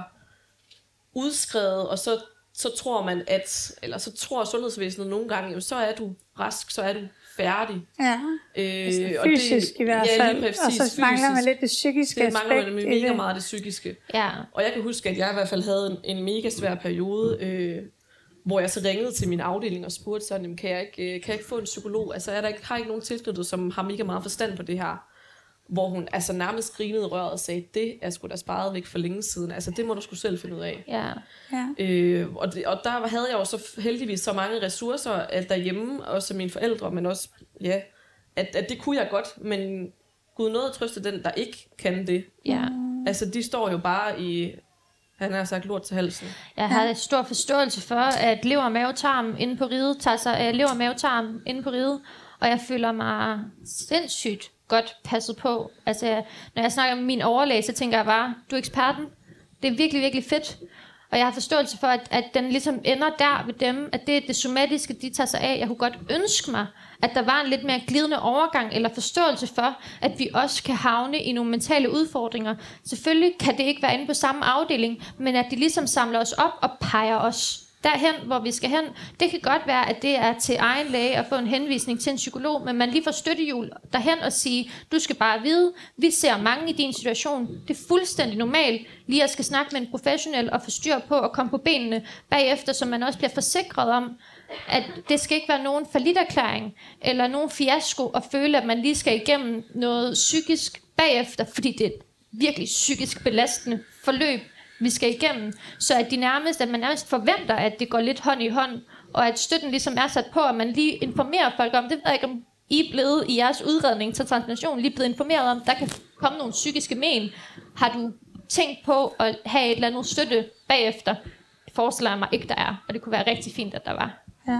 udskrevet, og så, så tror man, at, eller så tror sundhedsvæsenet nogle gange, jamen, så er du rask, så er du færdig. Ja, øh, altså, og fysisk det, i hvert fald, ja, lige præcis, og så mangler man lidt det psykiske det aspekt. Det mangler man mega det. meget det psykiske. Ja. Og jeg kan huske, at jeg i hvert fald havde en, en mega svær periode, øh, hvor jeg så ringede til min afdeling og spurgte sådan, jamen, kan, jeg ikke, kan jeg ikke få en psykolog? Altså er der ikke, har ikke nogen tilknyttet, som har mega meget forstand på det her? Hvor hun altså nærmest grinede røret og sagde, det er sgu da sparet væk for længe siden. Altså det må du sgu selv finde ud af. Ja. Ja. Øh, og, det, og der havde jeg jo så heldigvis så mange ressourcer at derhjemme, også mine forældre, men også, ja, at, at det kunne jeg godt, men Gud nåede at trøste den, der ikke kan det. Ja. Altså de står jo bare i, han har sagt, lort til halsen. Jeg har ja. stor forståelse for, at lever og mavetarm inde på riget tager sig af lever og mavetarm inde på riget, og jeg føler mig sindssygt godt passet på. Altså, når jeg snakker med min overlæge, så tænker jeg bare, du er eksperten. Det er virkelig, virkelig fedt. Og jeg har forståelse for, at, at den ligesom ender der ved dem, at det er det somatiske, de tager sig af. Jeg kunne godt ønske mig, at der var en lidt mere glidende overgang, eller forståelse for, at vi også kan havne i nogle mentale udfordringer. Selvfølgelig kan det ikke være inde på samme afdeling, men at de ligesom samler os op og peger os derhen, hvor vi skal hen. Det kan godt være, at det er til egen læge at få en henvisning til en psykolog, men man lige får støttehjul derhen og sige, du skal bare vide, vi ser mange i din situation. Det er fuldstændig normalt lige at skal snakke med en professionel og få styr på og komme på benene bagefter, så man også bliver forsikret om, at det skal ikke være nogen falliterklæring eller nogen fiasko at føle, at man lige skal igennem noget psykisk bagefter, fordi det er et virkelig psykisk belastende forløb, vi skal igennem, så at de nærmest, at man nærmest forventer, at det går lidt hånd i hånd, og at støtten ligesom er sat på, at man lige informerer folk om, det ved jeg ikke, om I er blevet i jeres udredning til transplantation, lige blevet informeret om, der kan komme nogle psykiske men. Har du tænkt på at have et eller andet støtte bagefter? Det forestiller jeg mig ikke, der er, og det kunne være rigtig fint, at der var. Ja.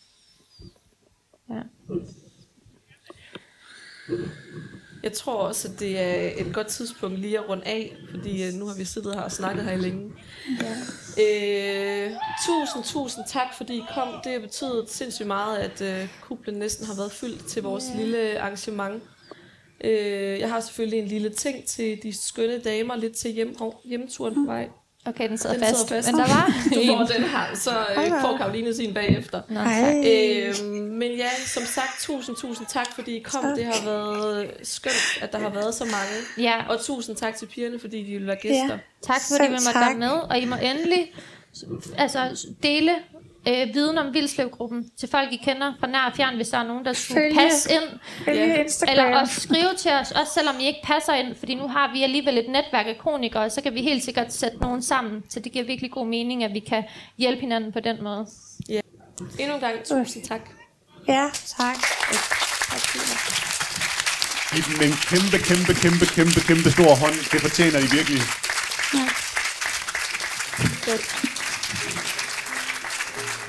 Ja. Jeg tror også, at det er et godt tidspunkt lige at runde af, fordi nu har vi siddet her og snakket her længe. Ja. Øh, tusind, tusind tak, fordi I kom. Det har betydet sindssygt meget, at øh, kuplen næsten har været fyldt til vores yeah. lille arrangement. Øh, jeg har selvfølgelig en lille ting til de skønne damer, lidt til hjem, oh, hjemturen på vej. Okay, den sidder, den fast. sidder fast. Men der var du får den her, så øh, får Karoline sin bagefter. Nå, tak. Øh, men ja, som sagt, tusind, tusind tak, fordi I kom. Det har været skønt, at der har været så mange. Ja. Og tusind tak til pigerne, fordi de vil være gæster. Ja. Tak, fordi I måtte være med. Og I må endelig altså, dele øh, viden om Vilsløv-gruppen til folk, I kender fra nær og fjern, hvis der er nogen, der skulle Følge. passe ind. Ja. Eller også skrive til os, også selvom I ikke passer ind, fordi nu har vi alligevel et netværk af kronikere, og så kan vi helt sikkert sætte nogen sammen, så det giver virkelig god mening, at vi kan hjælpe hinanden på den måde. Ja. Endnu en gang tusind tak. Ja, tak. Tak til jer. Giv dem en kæmpe, kæmpe, kæmpe, kæmpe, kæmpe stor hånd. Det fortjener de virkelig. Ja. Godt.